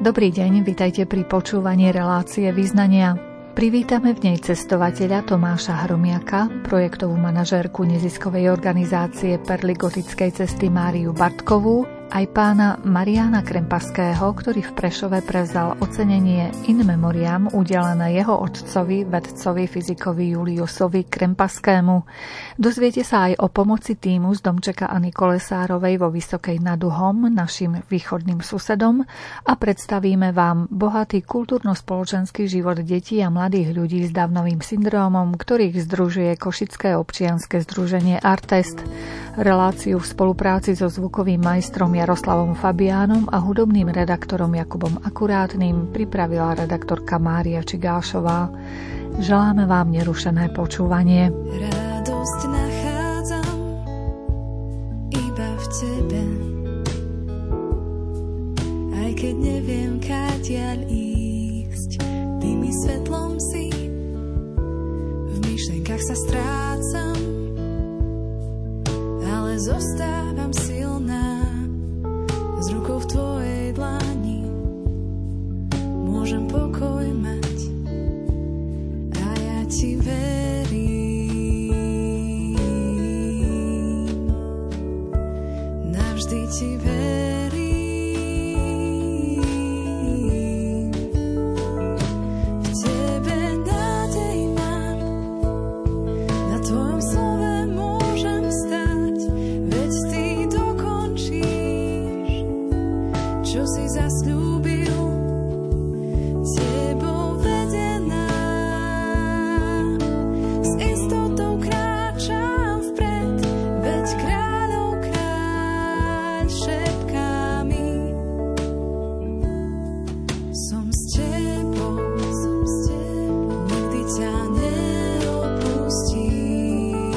Dobrý deň, vitajte pri počúvaní relácie Vyznania. Privítame v nej cestovateľa Tomáša Hromiaka, projektovú manažérku neziskovej organizácie Perly gotickej cesty Máriu Bartkovú, aj pána Mariána Krempaského, ktorý v Prešove prevzal ocenenie in memoriam udelené jeho otcovi, vedcovi, fyzikovi Juliusovi Krempaskému. Dozviete sa aj o pomoci týmu z domčeka Anny Kolesárovej vo Vysokej nad Uhom, našim východným susedom, a predstavíme vám bohatý kultúrno-spoločenský život detí a mladých ľudí s Downovým syndrómom, ktorých združuje Košické občianske združenie Artest. Reláciu v spolupráci so zvukovým majstrom Jaroslavom Fabiánom a hudobným redaktorom Jakubom Akurátnym pripravila redaktorka Mária Čigášová. Želáme vám nerušené počúvanie. Radosť nachádzam iba v tebe, aj keď neviem, kadiaľ ísť. Ty mi svetlom si, v myšlienkach sa strácam, ale zostávam silná. S rukou v tvojej dlani môžem pokoj mať a ja ti verím. Navždy ti verím. V tebe nádej mám, na tvojom slove môžem stáť, veď ty dokončíš, čo si zasľúbil, tebou vedená. S istotou kráčam vpred, veď kráľov kráľ šepká mi. Som s tebou, nikdy ťa neopustím.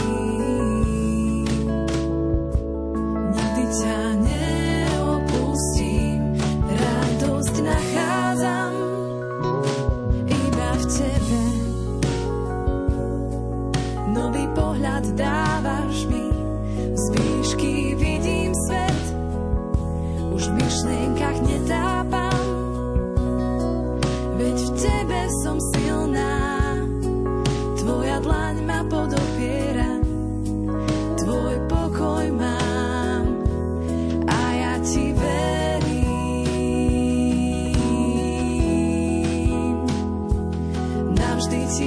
Nikdy ťa neopustím. Radosť nachádzam iba v tebe. Nový pohľad dávaš mi, z výšky vidím svet, už v myšlienkach netápam, veď v tebe som silná. Tvoja dlaň ma podopiera, tvoj pokoj mám a ja ti verím. Navždy ti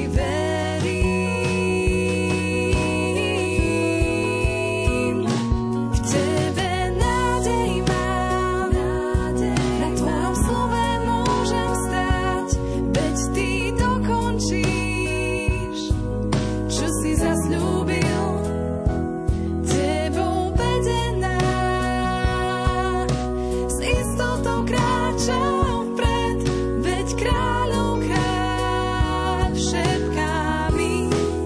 verím. V tebe nádej mám, na tvojom slove môžem stáť, veď ty dokončíš, čo si zasľúbil, tebou vedená. S istotou kráčam vpred, veď kráľov kráľ šepká mi.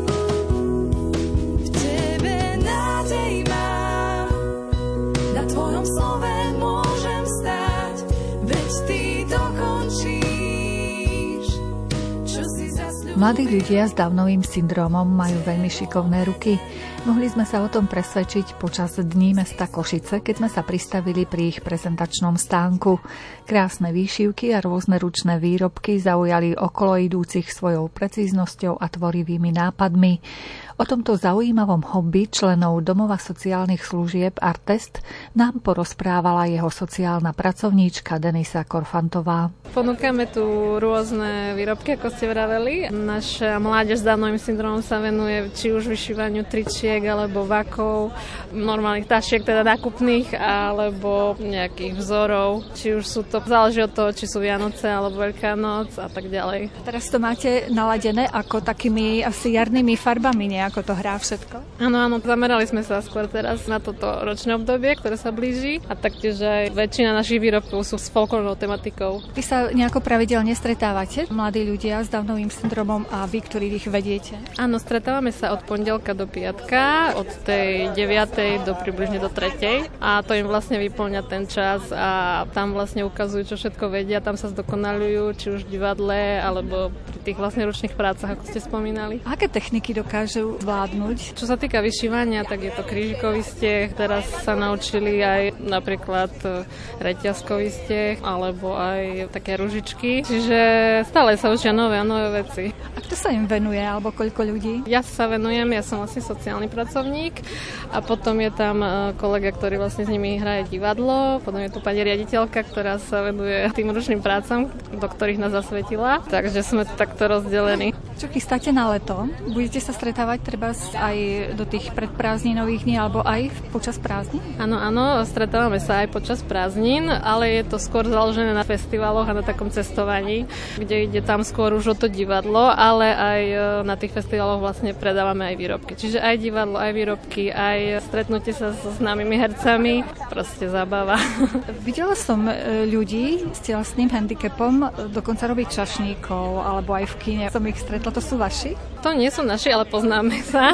V tebe nádej mám, na tvojom slove môžem stáť, veď ty dokončíš, čo si zasľúbil. Mladí ľudia s Downovým syndrómom majú veľmi šikovné ruky. Mohli sme sa o tom presvedčiť počas Dní mesta Košice, keď sme sa pristavili pri ich prezentačnom stánku. Krásne výšivky a rôzne ručné výrobky zaujali okolo idúcich svojou precíznosťou a tvorivými nápadmi. O tomto zaujímavom hobby členov Domova sociálnych služieb Artest nám porozprávala jeho sociálna pracovníčka Denisa Korfantová. Ponúkame tu rôzne výrobky, ako ste vraveli. Naša mládež s Downovým syndromom sa venuje či už vyšívaniu tričiek, alebo vakov, normálnych tašiek, teda nákupných, alebo nejakých vzorov. Či už sú to, záleží od toho, či sú Vianoce, alebo Veľká noc a tak ďalej. Teraz to máte naladené ako takými asi jarnými farbami, nejako to hrá všetko? Áno, zamerali sme sa skôr teraz na toto ročné obdobie, ktoré sa blíži, a taktiež aj väčšina našich výrobkov sú s folklórnou tematikou. Vy sa nejako pravidelne stretávate, mladí ľudia s Downovým syndromom, a vy, ktorí ich vediete? Áno, stretávame sa od pondelka do piatka. večierka od tej 9. do približne do 3. A to im vlastne vyplňa ten čas a tam vlastne ukazujú, čo všetko vedia, tam sa zdokonalujú, či už v divadle, alebo pri tých vlastne ručných prácach, ako ste spomínali. Aké techniky dokážu zvládnuť? Čo sa týka vyšívania, tak je to krížikový steh, teraz sa naučili aj napríklad reťazkový steh, alebo aj také ružičky, čiže stále sa učia nové a nové veci. A kto sa im venuje, alebo koľko ľudí? Ja sa venujem, ja som vlastne sociálny pracovník a potom je tam kolega, ktorý vlastne s nimi hraje divadlo, potom je tu pani riaditeľka, ktorá sa venuje tým ručným prácam, do ktorých nás zasvetila, takže sme takto rozdelení. Čo chystáte na leto? Budete sa stretávať treba aj do tých predprázdninových dní alebo aj počas prázdnin? Áno, stretávame sa aj počas prázdnin, ale je to skôr založené na festivaloch a na takom cestovaní, kde ide tam skôr už o to divadlo, ale aj na tých festivaloch vlastne predávame aj výrobky. Čiže aj divadlo, aj výrobky, aj stretnutie sa so známymi hercami, proste zábava. Videla som ľudí s telesným handicapom dokonca robiť čašníkov, alebo aj v kine som ich stretla. To sú vaši? To nie sú naši, ale poznáme sa.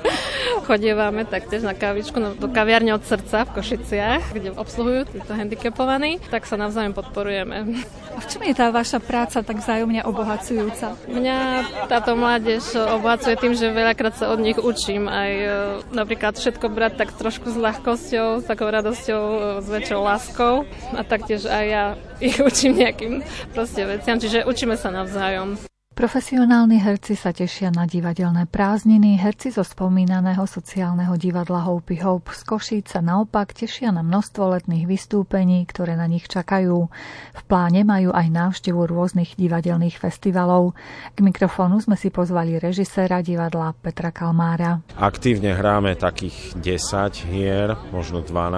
Chodievame taktiež na kávičku do kaviarne Od srdca v Košiciach, kde obsluhujú títo handicapovaní, tak sa navzájom podporujeme. A v čom je tá vaša práca tak vzájomne obohacujúca? Mňa táto mládež obohacuje tým, že veľakrát sa od nich učím aj napríklad všetko brať tak trošku s ľahkosťou, s takou radosťou, s väčšou láskou a taktiež aj ja ich učím nejakým proste veciam, čiže učíme sa navzájom. Profesionálni herci sa tešia na divadelné prázdniny, herci zo spomínaného sociálneho divadla Hopi Hope z Košíc sa naopak tešia na množstvo letných vystúpení, ktoré na nich čakajú. V pláne majú aj návštevu rôznych divadelných festivalov. K mikrofónu sme si pozvali režiséra divadla Petra Kalmára. Aktívne hráme takých 10 hier, možno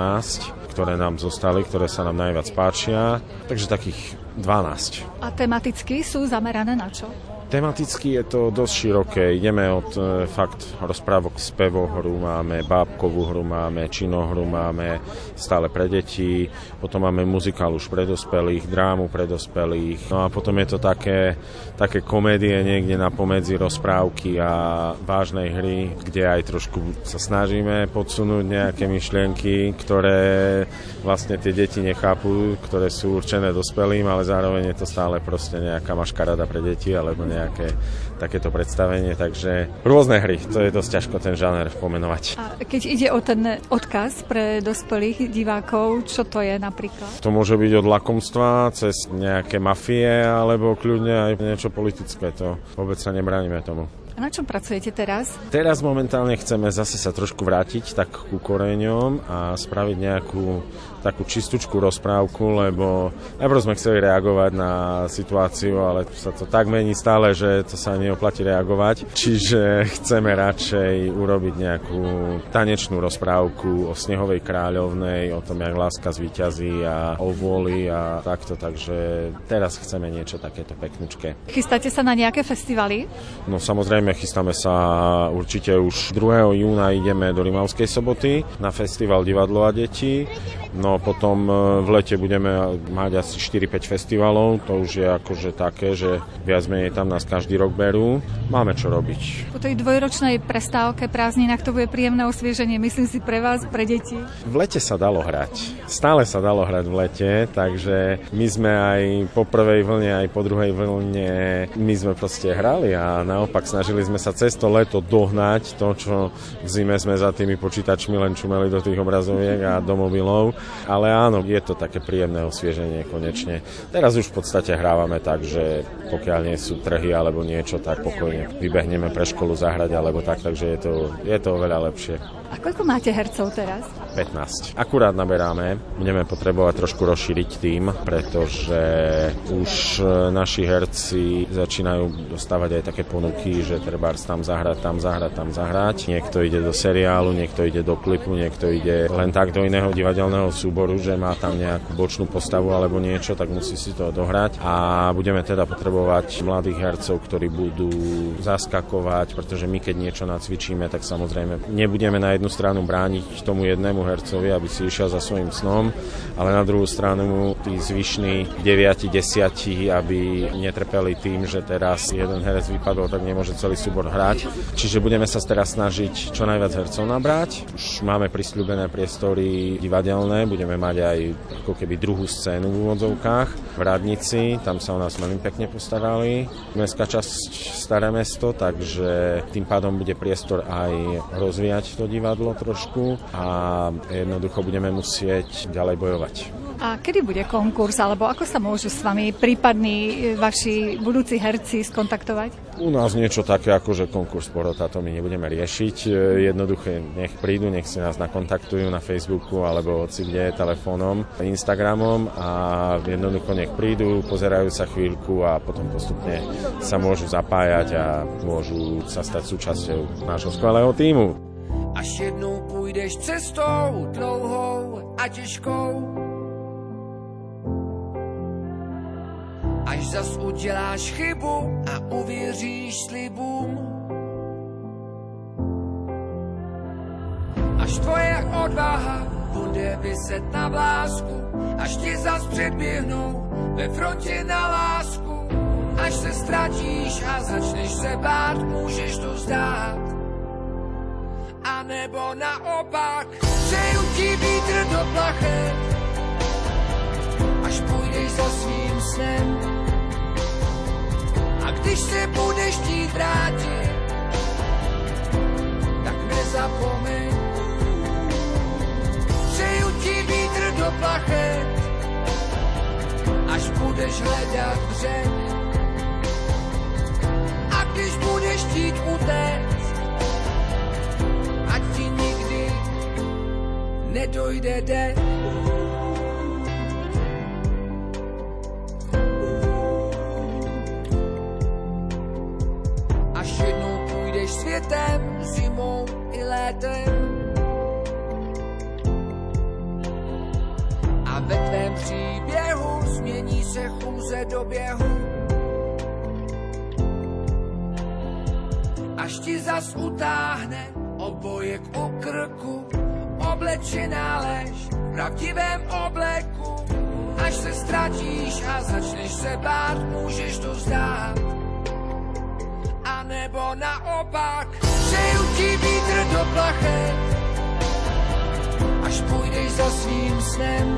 12, ktoré nám zostali, ktoré sa nám najviac páčia, takže takých 12. A tematicky sú zamerané na čo? Tematicky je to dosť široké. Ideme od fakt rozprávok, spevohru, máme bábkovú hru, máme činohru, máme stále pre deti, potom máme muzikál už pre dospelých, drámu pre dospelých. No a potom je to také komédie niekde na pomedzi rozprávky a vážnej hry, kde aj trošku sa snažíme podsunúť nejaké myšlienky, ktoré vlastne tie deti nechápu, ktoré sú určené dospelým, ale zároveň je to stále proste nejaká maškarada pre deti alebo nejaké takéto predstavenie, takže rôzne hry, to je dosť ťažko ten žáner pomenovať. A keď ide o ten odkaz pre dospelých divákov, čo to je napríklad? To môže byť od lakomstva cez nejaké mafie, alebo kľudne aj niečo politické, to vôbec sa nebránime tomu. A na čom pracujete teraz? Teraz momentálne chceme zase sa trošku vrátiť tak ku koreňom a spraviť nejakú takú čistúčku rozprávku, lebo najprv sme chceli reagovať na situáciu, ale sa to tak mení stále, že to sa neoplatí reagovať. Čiže chceme radšej urobiť nejakú tanečnú rozprávku o Snehovej kráľovnej, o tom, jak láska zvíťazí a o vôli a takto, takže teraz chceme niečo takéto peknučké. Chystáte sa na nejaké festivaly? No samozrejme, chystáme sa určite už 2. júna ideme do Rimavskej Soboty na festival Divadlo a deti. No potom v lete budeme mať asi 4-5 festivalov, to už je akože také, že viac menej tam nás každý rok berú. Máme čo robiť. Po tej dvojročnej prestávke prázdninách to bude príjemné osvieženie, myslím si, pre vás, pre deti. V lete sa dalo hrať. Stále sa dalo hrať v lete, takže my sme aj po prvej vlne, aj po druhej vlne, my sme proste hrali a naopak snažili sme sa cez to leto dohnať to, čo v zime sme za tými počítačmi len čumeli do tých obrazoviek a do mobilov. Ale áno, je to také príjemné osvieženie konečne. Teraz už v podstate hrávame tak, že pokiaľ nie sú trhy alebo niečo, tak pokojne vybehneme pre školu zahrať alebo tak, takže je to oveľa lepšie. A koľko máte hercov teraz? 15. Akurát naberáme, budeme potrebovať trošku rozšíriť tým, pretože už naši herci začínajú dostávať aj také ponuky, že treba tam zahrať. Niekto ide do seriálu, niekto ide do klipu, niekto ide len tak do iného divadelného súboru, že má tam nejakú bočnú postavu alebo niečo, tak musí si to dohrať a budeme teda potrebovať mladých hercov, ktorí buď budú zaskakovať, pretože my keď niečo nacvičíme, tak samozrejme nebudeme na jednu stranu brániť tomu jednému hercovi, aby si išiel za svojím snom, ale na druhú stranu tí zvyšní 9, 10, aby netrpeli tým, že teraz jeden herec vypadol, tak nemôže celý súbor hrať. Čiže budeme sa teraz snažiť čo najviac hercov nabrať. Už máme prisľúbené priestory divadelné, budeme mať aj ako keby druhú scénu v úvodzovkách v Radnici, tam sa o nás veľmi pekne postarali. Mestská časť Staré mesto, takže tým pádom bude priestor aj rozvíjať to divadlo trošku a jednoducho budeme musieť ďalej bojovať. A kedy bude konkurs, alebo ako sa môžu s vami prípadní vaši budúci herci skontaktovať? U nás niečo také ako, že konkurs porota, to my nebudeme riešiť. Jednoduché nech prídu, nech si nás nakontaktujú na Facebooku alebo hoci kde, telefónom, Instagramom a jednoducho nech prídu, pozerajú sa chvíľku a potom postupne sa môžu zapájať a môžu sa stať súčasťou nášho skvelého tímu. Až jednou půjdeš cestou dlouhou a těžkou, až zas uděláš chybu a uvěříš slibům, až tvoje odvaha bude vyset na vlásku, až ti zas předběhnou ve frontě na lásku, až se ztratíš a začneš se bát, můžeš to zdát. A nebo naopak, přeju ti vítr do plachet, až půjdeš za svým snem. A když se budeš chtít vrátit, tak nezapomeň. Přeju ti vítr do plachet, až budeš hledat břeh. A když budeš chtít utéct, ať ti nikdy nedojde dech. Až jednou půjdeš světem, zimou i létem a ve tvém příběhu změní se chůze do běhu. Až ti zas utáhne obojek u krku, oblečená lež v pravdivém obleku. Až se ztratíš a začneš se bát, můžeš to vzdát. A nebo naopak, přeju ti vítr do plachet, až půjdeš za svým snem.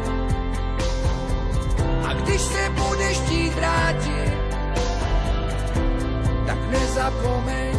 A když se budeš chtít vrátit, tak nezapomeň.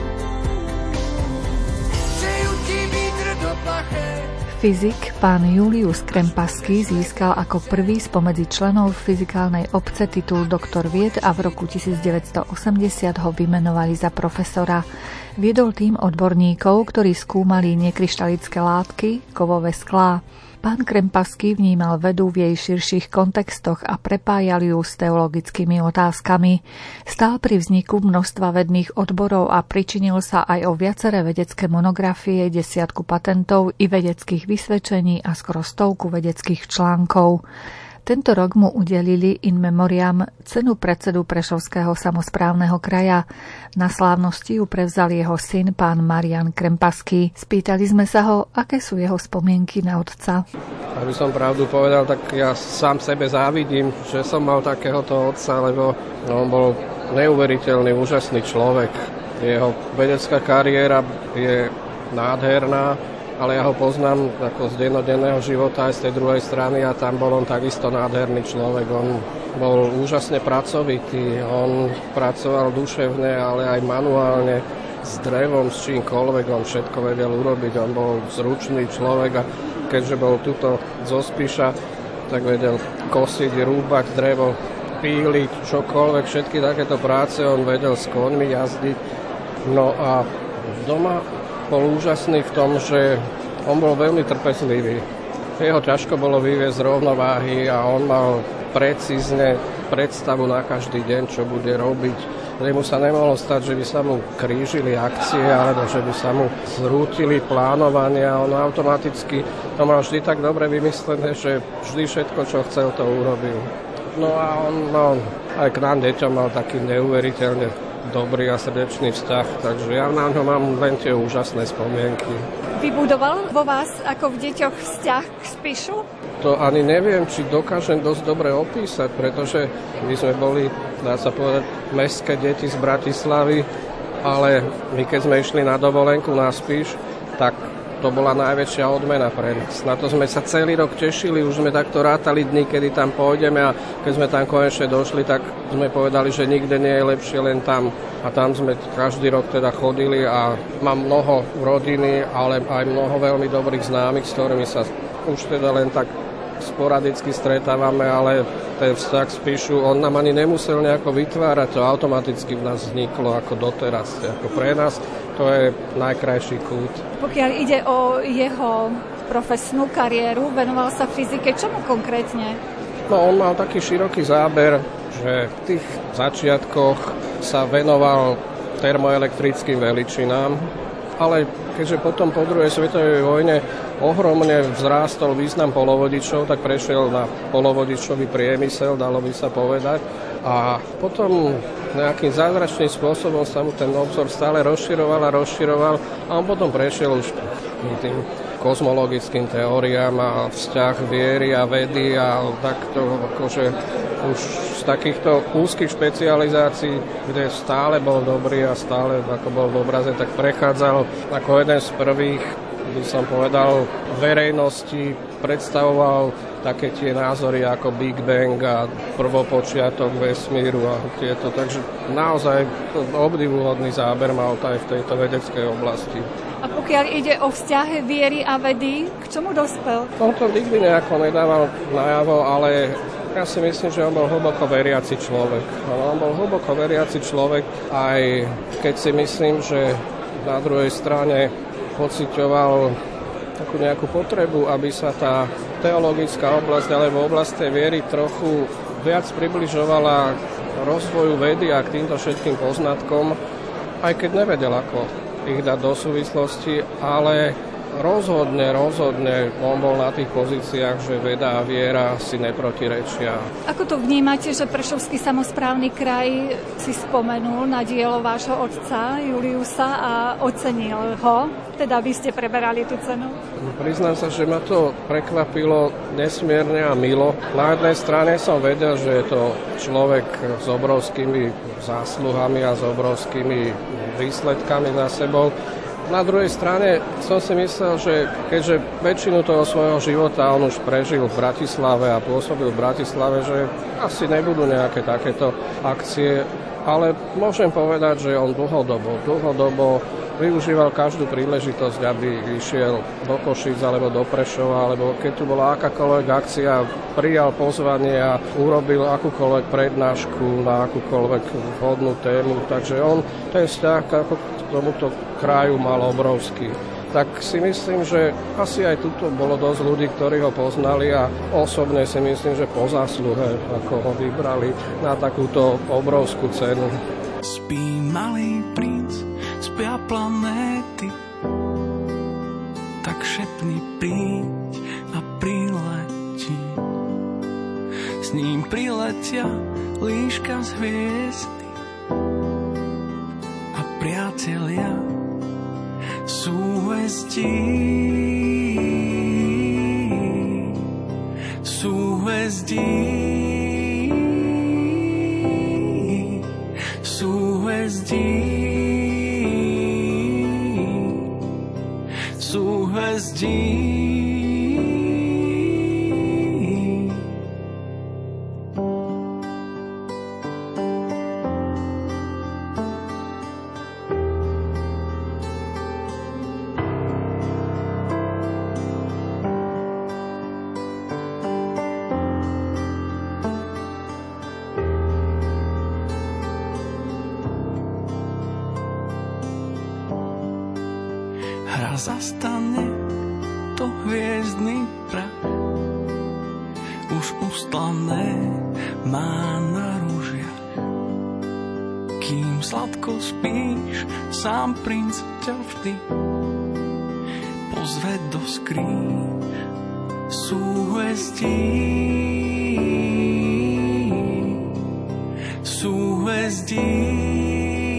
Fyzik pán Julius Krempaský získal ako prvý spomedzi členov fyzikálnej obce titul doktor vied a v roku 1980 ho vymenovali za profesora. Viedol tým odborníkov, ktorí skúmali nekryštalické látky, kovové sklá. Pán Krempaský vnímal vedu v jej širších kontextoch a prepájal ju s teologickými otázkami. Stál pri vzniku množstva vedných odborov a pričinil sa aj o viaceré vedecké monografie, 10 patentov i vedeckých vysvedčení a skoro 100 vedeckých článkov. Tento rok mu udelili in memoriam cenu predsedu Prešovského samosprávneho kraja. Na slávnosti ju prevzal jeho syn, pán Marian Krempaský. Spýtali sme sa ho, aké sú jeho spomienky na otca. Aby som pravdu povedal, tak ja sám sebe závidím, že som mal takéhoto otca, lebo on bol neuveriteľný, úžasný človek. Jeho vedecká kariéra je nádherná, ale ja ho poznám ako z dennodenného života aj z tej druhej strany a tam bol on takisto nádherný človek. On bol úžasne pracovitý, on pracoval duševne, ale aj manuálne s drevom, s čímkoľvek, on všetko vedel urobiť. On bol zručný človek a keďže bol tuto zo Spiša, tak vedel kosiť, rúbať drevo, píliť, čokoľvek, všetky takéto práce on vedel s koňmi jazdiť. No a doma bol úžasný v tom, že on bol veľmi trpezlivý. Jeho ťažko bolo vyviesť z rovnováhy a on mal precízne predstavu na každý deň, čo bude robiť. Mu sa nemohlo stať, že by sa mu krížili akcie alebo že by sa mu zrútili plánovania. On automaticky to mal vždy tak dobre vymyslené, že vždy všetko, čo chcel, to urobil. No a on aj k nám deťom mal taký neuveriteľne dobrý a srdečný vzťah, takže ja na ňo mám len tie úžasné spomienky. Vybudoval vo vás ako v deťoch vzťah k Spišu? To ani neviem, či dokážem dosť dobre opísať, pretože my sme boli, dá sa povedať, mestské deti z Bratislavy, ale my keď sme išli na dovolenku na Spiš, tak to bola najväčšia odmena pre nás. Na to sme sa celý rok tešili, už sme takto rátali dni, kedy tam pôjdeme a keď sme tam konečne došli, tak sme povedali, že nikde nie je lepšie, len tam. A tam sme každý rok teda chodili a mám mnoho rodiny, ale aj mnoho veľmi dobrých známych, s ktorými sa už teda len tak sporadicky stretávame, ale ten vzťah Spišu, on nám ani nemusel nejako vytvárať, to automaticky v nás vzniklo ako doteraz. Ako pre nás to je najkrajší kút. Pokiaľ ide o jeho profesnú kariéru, venoval sa fyzike, čomu konkrétne? No, on mal taký široký záber, že v tých začiatkoch sa venoval termoelektrickým veličinám, ale keďže potom po druhej svetovej vojne ohromne vzrástol význam polovodičov, tak prešiel na polovodičový priemysel, dalo by sa povedať. A potom nejakým zázračným spôsobom sa mu ten obzor stále rozširoval a on potom prešiel už tým kozmologickým teóriám a vzťah viery a vedy a takto akože už z takýchto úzkých špecializácií, kde stále bol dobrý a stále ako bol v obraze, tak prechádzal ako jeden z prvých, by som povedal, verejnosti, predstavoval také tie názory ako Big Bang a prvopočiatok vesmíru a tieto. Takže naozaj obdivuhodný záber mal aj v tejto vedeckej oblasti. A pokiaľ ide o vzťah viery a vedy, k čomu dospel? On to nikdy nejako nedával najavo, ale ja si myslím, že on bol hlboko veriaci človek. On bol hlboko veriaci človek, aj keď si myslím, že na druhej strane pociťoval takú nejakú potrebu, aby sa tá teologická oblasť alebo oblasť tej viery trochu viac približovala rozvoju vedy a k týmto všetkým poznatkom, aj keď nevedel, ako ich dať do súvislosti, ale rozhodne on bol na tých pozíciách, že veda a viera si neprotirečia. Ako to vnímate, že Prešovský samosprávny kraj si spomenul na dielo vášho otca Juliusa a ocenil ho? Teda vy ste preberali tú cenu? Priznám sa, že ma to prekvapilo nesmierne a milo. Na jednej strane som vedel, že je to človek s obrovskými zásluhami a s obrovskými výsledkami za sebou. Na druhej strane som si myslel, že keďže väčšinu toho svojho života on už prežil v Bratislave a pôsobil v Bratislave, že asi nebudú nejaké takéto akcie, ale môžem povedať, že on dlhodobo využíval každú príležitosť, aby išiel do Košíc alebo do Prešova, alebo keď tu bola akákoľvek akcia, prijal pozvanie a urobil akúkoľvek prednášku na akúkoľvek vhodnú tému. Takže on ten vzťah ako k tomuto kraju mal obrovský. Tak si myslím, že asi aj tuto bolo dosť ľudí, ktorí ho poznali a osobne si myslím, že po zásluhe, ako ho vybrali na takúto obrovskú cenu. Spí malý princ, spia planéty, tak šepni príď a priletí. S ním priletia líška z hviezdy a priatelia súhvezdí. Hra zastane, to hviezdny prach už ustané má na rúžiach. Kým sladko spíš, sám princ ťa vždy pozve do skríň súhvezdí. Súhvezdí.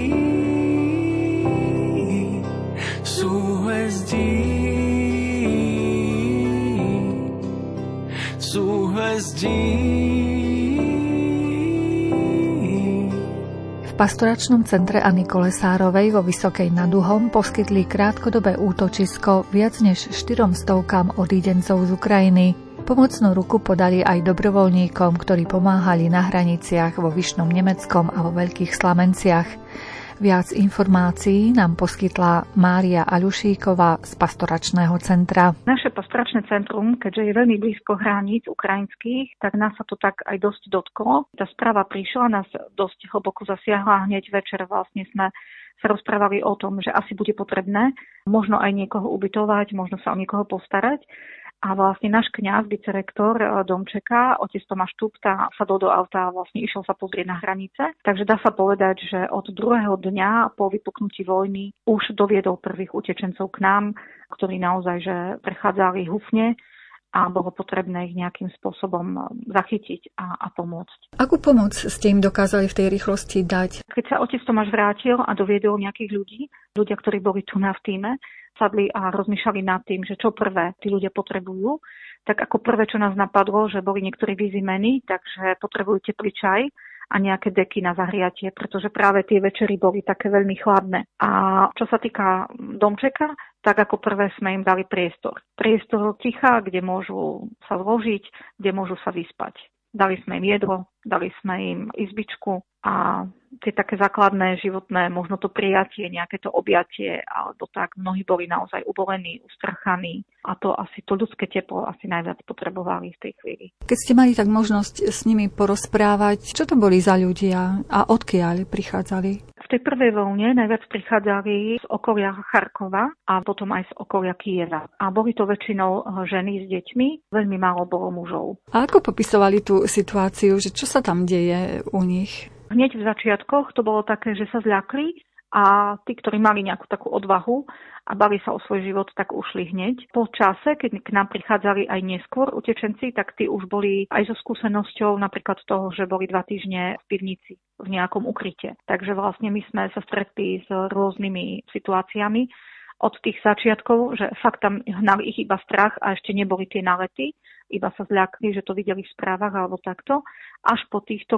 pastoračnom centre Anny Kolesárovej vo Vysokej nad Uhom poskytli krátkodobé útočisko viac než 400 odídencov z Ukrajiny. Pomocnú ruku podali aj dobrovoľníkom, ktorí pomáhali na hraniciach vo Vyšnom Nemeckom a vo Veľkých Slamenciach. Viac informácií nám poskytla Mária Aľušíková z pastoračného centra. Naše pastoračné centrum, keďže je veľmi blízko hraníc ukrajinských, tak nás sa to tak aj dosť dotklo. Tá správa prišla, nás dosť hlboko zasiahla. Hneď večer vlastne sme sa rozprávali o tom, že asi bude potrebné možno aj niekoho ubytovať, možno sa o niekoho postarať. A vlastne náš kňaz, vicerektor Domčeka, otec Tomáš Tupta, sadol do auta a vlastne išiel sa pozrieť na hranice. Takže dá sa povedať, že od druhého dňa po vypuknutí vojny už doviedol prvých utečencov k nám, ktorí naozaj že prechádzali hufne a bolo potrebné ich nejakým spôsobom zachytiť a pomôcť. Akú pomoc ste im dokázali v tej rýchlosti dať? Keď sa otec Tomáš vrátil a doviedol nejakých ľudia, ktorí boli tu v tíme, sadli a rozmýšľali nad tým, že čo prvé tí ľudia potrebujú, tak ako prvé, čo nás napadlo, že boli niektorí vyzimení, takže potrebujú teplý čaj a nejaké deky na zahriatie, pretože práve tie večery boli také veľmi chladné. A čo sa týka Domčeka, tak ako prvé sme im dali priestor. Priestor ticha, kde môžu sa zložiť, kde môžu sa vyspať. Dali sme im jedlo, dali sme im izbičku a tie také základné životné, možno to prijatie, nejaké to objatie, alebo tak, mnohí boli naozaj ubolení, ustrchaní a to asi to ľudské teplo asi najviac potrebovali v tej chvíli. Keď ste mali tak možnosť s nimi porozprávať, čo to boli za ľudia a odkiaľ prichádzali? V tej prvej vlne najviac prichádzali z okolia Charkova a potom aj z okolia Kyjeva. A boli to väčšinou ženy s deťmi, veľmi málo bolo mužov. A ako popisovali tú situáciu, že čo sa tam deje u nich? Hneď v začiatkoch to bolo také, že sa zľakli a tí, ktorí mali nejakú takú odvahu a bali sa o svoj život, tak ušli hneď. Po čase, keď k nám prichádzali aj neskôr utečenci, tak tí už boli aj so skúsenosťou napríklad toho, že boli 2 týždne v pivnici, v nejakom ukryte. Takže vlastne my sme sa stretli s rôznymi situáciami od tých začiatkov, že fakt tam hnali ich iba strach a ešte neboli tie nalety, iba sa zľakli, že to videli v správach alebo takto, až po týchto,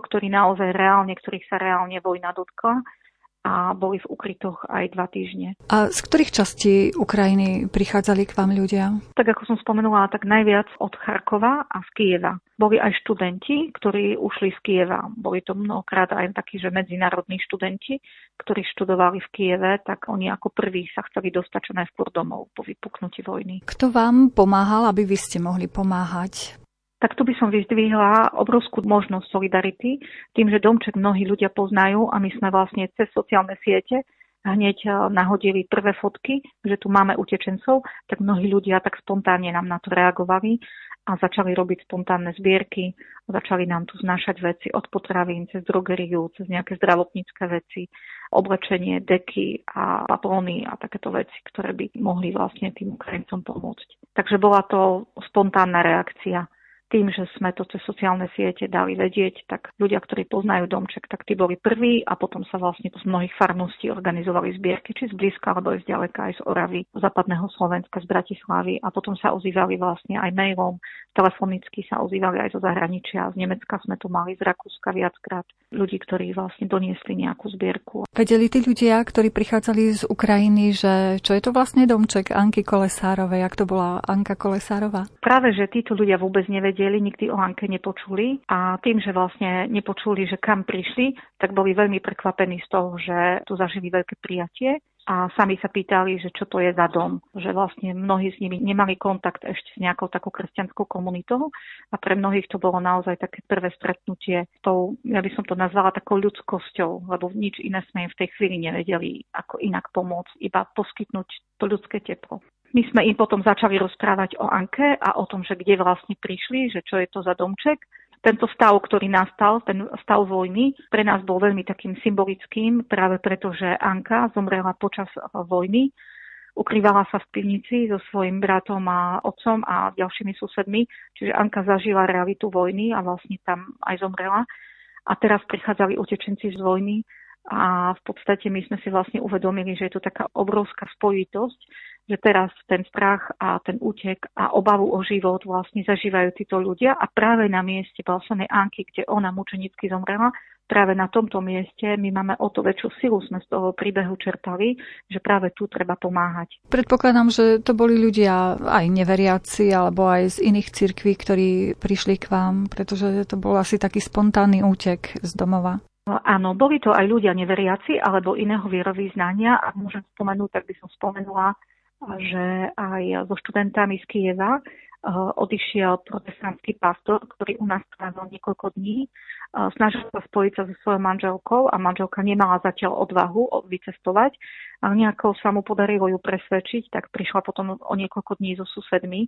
ktorých sa reálne vojna dotkla a boli v ukrytoch aj 2 týždne. A z ktorých častí Ukrajiny prichádzali k vám ľudia? Tak ako som spomenula, tak najviac od Charkova a z Kyjeva. Boli aj študenti, ktorí ušli z Kyjeva. Boli to mnohokrát aj takí, že medzinárodní študenti, ktorí študovali v Kyjeve, tak oni ako prví sa chceli dostať čo najskôr domov po vypuknutí vojny. Kto vám pomáhal, aby vy ste mohli pomáhať? Tak tu by som vyzdvihla obrovskú možnosť solidarity, tým, že Domček mnohí ľudia poznajú a my sme vlastne cez sociálne siete hneď nahodili prvé fotky, že tu máme utečencov, tak mnohí ľudia tak spontánne nám na to reagovali a začali robiť spontánne zbierky, začali nám tu znášať veci od potravín cez drogeriu, cez nejaké zdravotnícke veci, oblečenie, deky a paplóny a takéto veci, ktoré by mohli vlastne tým Ukrajincom pomôcť. Takže bola to spontánna reakcia. Tým, že sme to cez sociálne siete dali vedieť, tak ľudia, ktorí poznajú Domček, tak tí boli prví a potom sa vlastne z mnohých farností organizovali zbierky, či z blízka, alebo aj z ďaleka, aj z Oravy, západného Slovenska, z Bratislavy a potom sa ozývali vlastne aj mailom, telefonicky sa ozývali aj zo zahraničia, z Nemecka sme to mali, z Rakúska viackrát, ľudí, ktorí vlastne doniesli nejakú zbierku. Vedeli tí ľudia, ktorí prichádzali z Ukrajiny, že čo je to vlastne Domček Anky Kolesárovej, ak to bola Anka Kolesárová? Práve, že títo ľudia vôbec nevedeli, nikdy o Anke nepočuli a tým, že vlastne nepočuli, že kam prišli, tak boli veľmi prekvapení z toho, že tu zažili veľké prijatie a sami sa pýtali, že čo to je za dom, že vlastne mnohí s nimi nemali kontakt ešte s nejakou takou kresťanskou komunitou a pre mnohých to bolo naozaj také prvé stretnutie s tou, ja by som to nazvala takou ľudskosťou, lebo nič iné sme im v tej chvíli nevedeli, ako inak pomôcť, iba poskytnúť to ľudské teplo. My sme im potom začali rozprávať o Anke a o tom, že kde vlastne prišli, že čo je to za domček. Tento stav, ktorý nastal, ten stav vojny, pre nás bol veľmi takým symbolickým, práve preto, že Anka zomrela počas vojny. Ukrývala sa v pivnici so svojím bratom a otcom a ďalšími susedmi, čiže Anka zažila realitu vojny a vlastne tam aj zomrela. A teraz prichádzali utečenci z vojny A v podstate my sme si vlastne uvedomili, že je to taká obrovská spojitosť, že teraz ten strach a ten útek a obavu o život vlastne zažívajú títo ľudia a práve na mieste Blaženej Anky, kde ona mučenicky zomrela, práve na tomto mieste my máme o to väčšiu silu, sme z toho príbehu čerpali, že práve tu treba pomáhať. Predpokladám, že to boli ľudia aj neveriaci alebo aj z iných cirkví, ktorí prišli k vám, pretože to bol asi taký spontánny útek z domova. Áno, boli to aj ľudia neveriaci alebo iného vierovyznania. Ak môžem spomenúť, tak by som spomenula, že aj so študentami z Kyjeva odišiel protestantský pastor, ktorý u nás strávil niekoľko dní. Snažil sa spojiť sa so svojou manželkou a manželka nemala zatiaľ odvahu vycestovať, ale nejako sa mu podarilo ju presvedčiť, tak prišla potom o niekoľko dní so susedmi.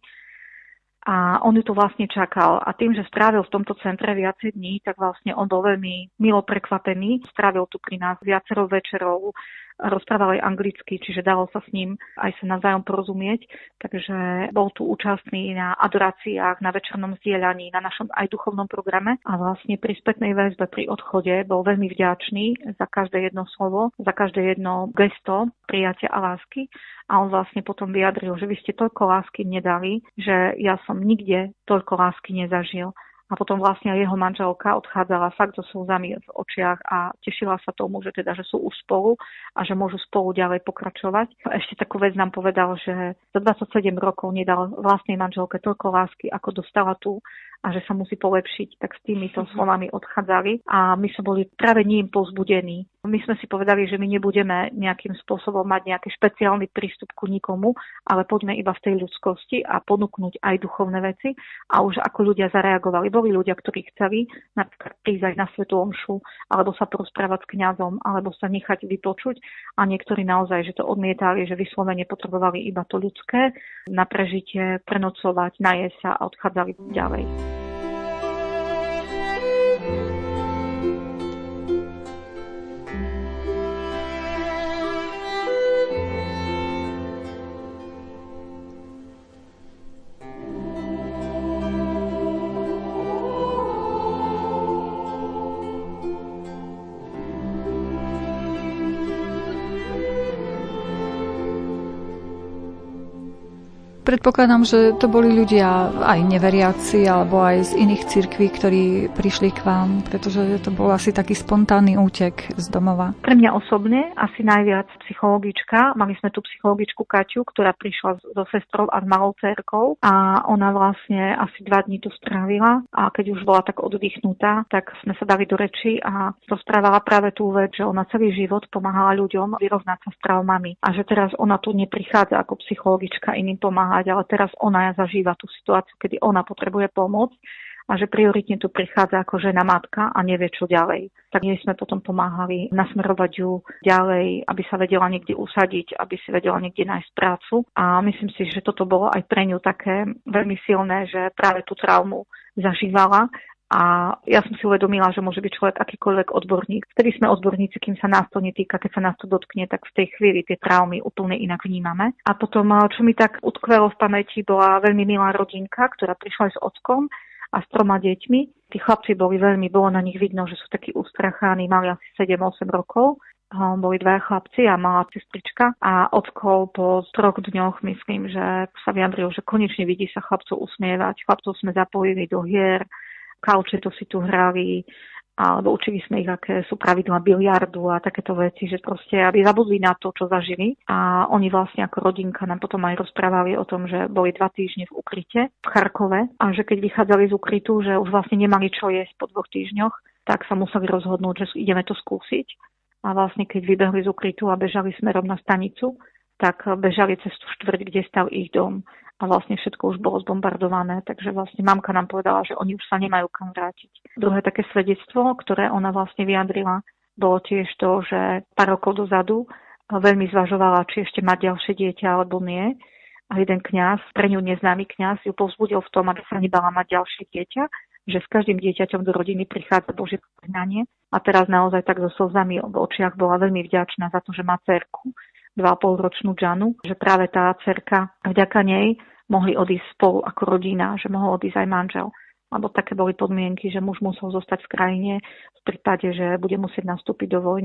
A on ju tu vlastne čakal. A tým, že strávil v tomto centre viacej dní, tak vlastne on bol veľmi milo prekvapený. Strávil tu pri nás viacero večerov, rozprával aj anglicky, čiže dalo sa s ním aj sa navzájom porozumieť. Takže bol tu účastný na adoráciách, na večernom zdieľaní, na našom aj duchovnom programe. A vlastne pri spätnej väzbe, pri odchode bol veľmi vďačný za každé jedno slovo, za každé jedno gesto prijatia a lásky. A on vlastne potom vyjadril, že vy ste toľko lásky mne dali, že ja som nikde toľko lásky nezažil. A potom vlastne aj jeho manželka odchádzala fakt so slzami v očiach a tešila sa tomu, že teda, že sú už spolu a že môžu spolu ďalej pokračovať. Ešte takú vec nám povedal, že za 27 rokov nedal vlastnej manželke toľko lásky, ako dostala tu a že sa musí polepšiť, tak s týmito slovami odchádzali a my sme boli práve ním povzbudení. My sme si povedali, že my nebudeme nejakým spôsobom mať nejaký špeciálny prístup ku nikomu, ale poďme iba v tej ľudskosti a ponúknuť aj duchovné veci a už ako ľudia zareagovali. Boli ľudia, ktorí chceli napríklad prísť aj na svätú omšu, alebo sa porozprávať s kňazom, alebo sa nechať vypočuť a niektorí naozaj, že to odmietali, že vyslovene potrebovali iba to ľudské na prežitie, prenocovať, najesť sa a odchádzali ďalej. Predpokladám, že to boli ľudia aj neveriaci alebo aj z iných cirkví, ktorí prišli k vám, pretože to bol asi taký spontánny útek z domova. Pre mňa osobne asi najviac psychologička. Mali sme tu psychologičku Kaťu, ktorá prišla so sestrou a s malou dcérkou a ona vlastne asi 2 dní tu strávila a keď už bola tak oddychnutá, tak sme sa dali do reči a rozprávala práve tú vec, že ona celý život pomáhala ľuďom vyrovnať sa s traumami a že teraz ona tu neprichádza ako psychologička iným pomáhať, ale teraz ona zažíva tú situáciu, kedy ona potrebuje pomoc a že prioritne tu prichádza ako žena matka a nevie, čo ďalej. Tak my sme potom pomáhali nasmerovať ju ďalej, aby sa vedela niekde usadiť, aby si vedela niekde nájsť prácu. A myslím si, že toto bolo aj pre ňu také veľmi silné, že práve tú traumu zažívala. A ja som si uvedomila, že môže byť človek akýkoľvek odborník. Vtedy sme odborníci, kým sa nás to netýka, keď sa nás to dotkne, tak v tej chvíli tie traumy úplne inak vnímame. A potom, čo mi tak utkvelo v pamäti, bola veľmi milá rodinka, ktorá prišla s ockom a s 3 deťmi. Tí chlapci bolo na nich vidno, že sú takí ustrachaní, mali asi 7-8 rokov. Boli 2 chlapci a malá sestrička a ocko po 3 dňoch myslím, že sa vyjadril, že konečne vidí sa chlapcov usmievať. Chlapcov sme zapojili do hier, kaučeto si tu hrali, alebo učili sme ich, aké sú pravidlá biliardu a takéto veci, že proste, aby zabudli na to, čo zažili. A oni vlastne ako rodinka nám potom aj rozprávali o tom, že boli 2 týždne v ukryte v Charkove a že keď vychádzali z ukrytu, že už vlastne nemali čo jesť po 2 týždňoch, tak sa museli rozhodnúť, že ideme to skúsiť. A vlastne keď vybehli z ukrytu a bežali smerom na stanicu, tak bežali cez tú štvrť, kde stal ich dom. A vlastne všetko už bolo zbombardované, takže vlastne mamka nám povedala, že oni už sa nemajú kam vrátiť. Druhé také svedectvo, ktoré ona vlastne vyjadrila, bolo tiež to, že pár rokov dozadu veľmi zvažovala, či ešte mať ďalšie dieťa alebo nie. A jeden kňaz, pre ňu neznámy kňaz, ju povzbudil v tom, aby sa nebala mať ďalšie dieťa, že s každým dieťaťom do rodiny prichádza Božie požehnanie. A teraz naozaj tak so slzami v očiach bola veľmi vďačná za to, že má dcerku, 2,5-ročnú Džanu, že práve tá dcerka, vďaka nej mohli odísť spolu ako rodina, že mohol odísť aj manžel. Lebo také boli podmienky, že muž musel zostať v krajine v prípade, že bude musieť nastúpiť do vojny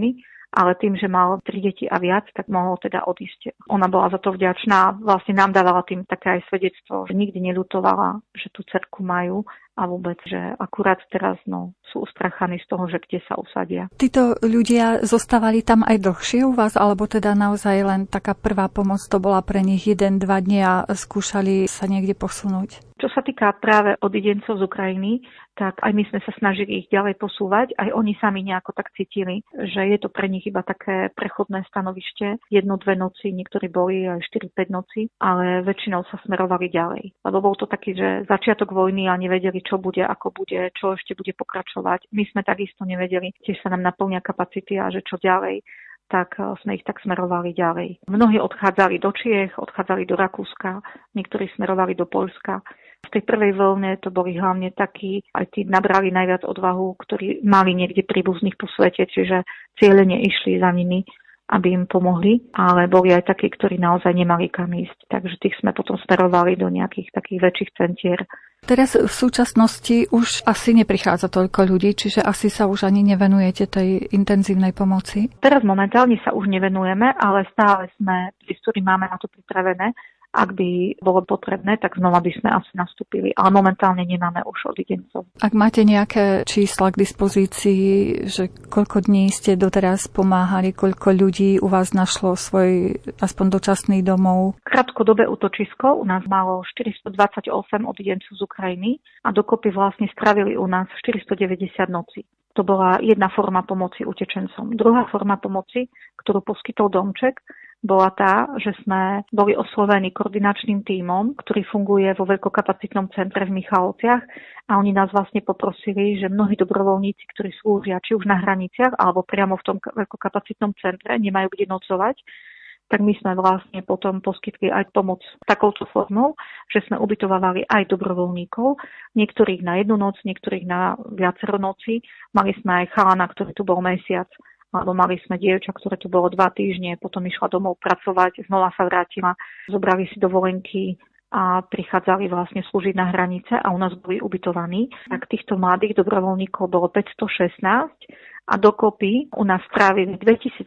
ale tým, že mal 3 deti a viac, tak mohol teda odísť. Ona bola za to vďačná, vlastne nám dávala tým také aj svedectvo, že nikdy neľutovala, že tú dcerku majú a vôbec, že akurát teraz sú ustrachaní z toho, že kde sa usadia. Títo ľudia zostávali tam aj dlhšie u vás, alebo teda naozaj len taká prvá pomoc to bola pre nich 1-2 dni a skúšali sa niekde posunúť? Čo sa týka práve odidencov z Ukrajiny, tak aj my sme sa snažili ich ďalej posúvať. Aj oni sami nejako tak cítili, že je to pre nich iba také prechodné stanovište. 1-2 noci, niektorí boli aj 4-5 noci, ale väčšinou sa smerovali ďalej. Lebo bol to taký, že začiatok vojny a nevedeli, čo bude, ako bude, čo ešte bude pokračovať. My sme takisto nevedeli, tiež sa nám naplnia kapacity a že čo ďalej, tak sme ich tak smerovali ďalej. Mnohí odchádzali do Čiech, odchádzali do Rakúska, niektorí smerovali do Poľska. V tej prvej vlne to boli hlavne takí, aj tí nabrali najviac odvahu, ktorí mali niekde príbuzných po svete, čiže cieľene išli za nimi, aby im pomohli, ale boli aj takí, ktorí naozaj nemali kam ísť. Takže tých sme potom smerovali do nejakých takých väčších centier. Teraz v súčasnosti už asi neprichádza toľko ľudí, čiže asi sa už ani nevenujete tej intenzívnej pomoci? Teraz momentálne sa už nevenujeme, ale stále sme, ktorí máme na to pripravené. Ak by bolo potrebné, tak znova by sme asi nastúpili, ale momentálne nemáme už odidencov. Ak máte nejaké čísla k dispozícii, že koľko dní ste doteraz pomáhali, koľko ľudí u vás našlo svoj aspoň dočasný domov? Krátkodobé útočisko u nás malo 428 odidencov z Ukrajiny a dokopy vlastne strávili u nás 490 nocí. To bola jedna forma pomoci utečencom. Druhá forma pomoci, ktorú poskytol Domček, bola tá, že sme boli oslovení koordinačným tímom, ktorý funguje vo veľkokapacitnom centre v Michalovciach a oni nás vlastne poprosili, že mnohí dobrovoľníci, ktorí slúžia či už na hraniciach alebo priamo v tom veľkokapacitnom centre, nemajú kde nocovať, tak my sme vlastne potom poskytli aj pomoc takouto formou, že sme ubytovávali aj dobrovoľníkov, niektorých na 1 noc, niektorých na viacero noci. Mali sme aj chalana, ktorý tu bol mesiac, alebo mali sme dievča, ktoré tu bolo 2 týždne, potom išla domov pracovať, znova sa vrátila, zobrali si dovolenky a prichádzali vlastne slúžiť na hranice a u nás boli ubytovaní. Tak týchto mladých dobrovoľníkov bolo 516 a dokopy u nás strávili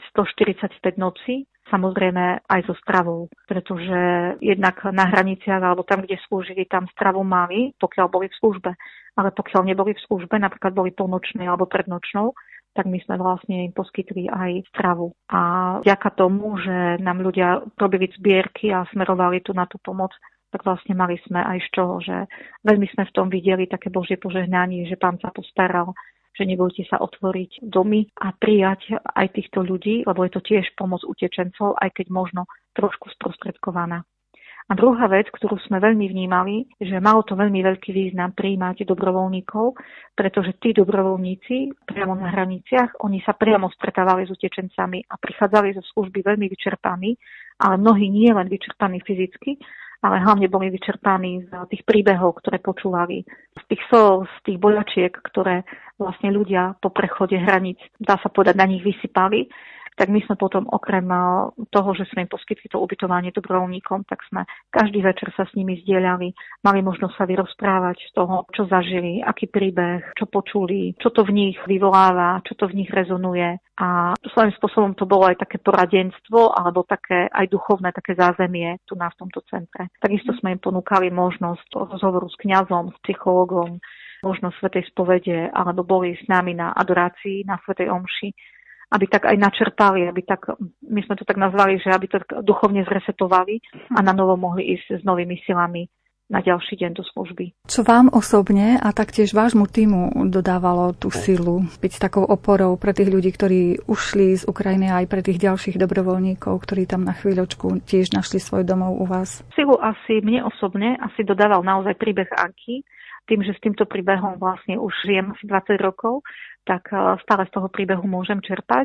2145 nocí, samozrejme aj so stravou, pretože jednak na hraniciach alebo tam, kde slúžili, tam stravu mali, pokiaľ boli v službe. Ale pokiaľ neboli v službe, napríklad boli polnočnej alebo prednočnou, tak my sme vlastne im poskytli aj stravu. A vďaka tomu, že nám ľudia robili zbierky a smerovali tu na tú pomoc, tak vlastne mali sme aj z čoho, že veľmi sme v tom videli také Božie požehnanie, že Pán sa postaral, že nebojte sa otvoriť domy a prijať aj týchto ľudí, lebo je to tiež pomoc utečencov, aj keď možno trošku sprostredkovaná. A druhá vec, ktorú sme veľmi vnímali, že malo to veľmi veľký význam prijímať dobrovoľníkov, pretože tí dobrovoľníci priamo na hraniciach, oni sa priamo stretávali s utečencami a prichádzali zo služby veľmi vyčerpaní, ale mnohí nie len vyčerpaní fyzicky, ale hlavne boli vyčerpaní z tých príbehov, ktoré počúvali, z tých slov, z tých boľačiek, ktoré vlastne ľudia po prechode hraníc, dá sa povedať, na nich vysypali. Tak my sme potom okrem toho, že sme im poskytli to ubytovanie dobrovoľníkom, tak sme každý večer sa s nimi zdieľali, mali možnosť sa vyrozprávať z toho, čo zažili, aký príbeh, čo počuli, čo to v nich vyvoláva, čo to v nich rezonuje. A svojím spôsobom to bolo aj také poradenstvo, alebo také aj duchovné také zázemie tu v tomto centre. Takisto sme im ponúkali možnosť rozhovoru s kňazom, s psychológom, možnosť svätej spovede, alebo boli s nami na adorácii, na svätej omši, aby tak aj načerpali, aby tak, my sme to tak nazvali, že aby to duchovne zresetovali a na novo mohli ísť s novými silami na ďalší deň do služby. Čo vám osobne a taktiež vášmu tímu dodávalo tú silu byť takou oporou pre tých ľudí, ktorí ušli z Ukrajiny, aj pre tých ďalších dobrovoľníkov, ktorí tam na chvíľočku tiež našli svoj domov u vás? Silu asi mne osobne dodával naozaj príbeh Anky. Tým, že s týmto príbehom vlastne už žijem asi 20 rokov, tak stále z toho príbehu môžem čerpať.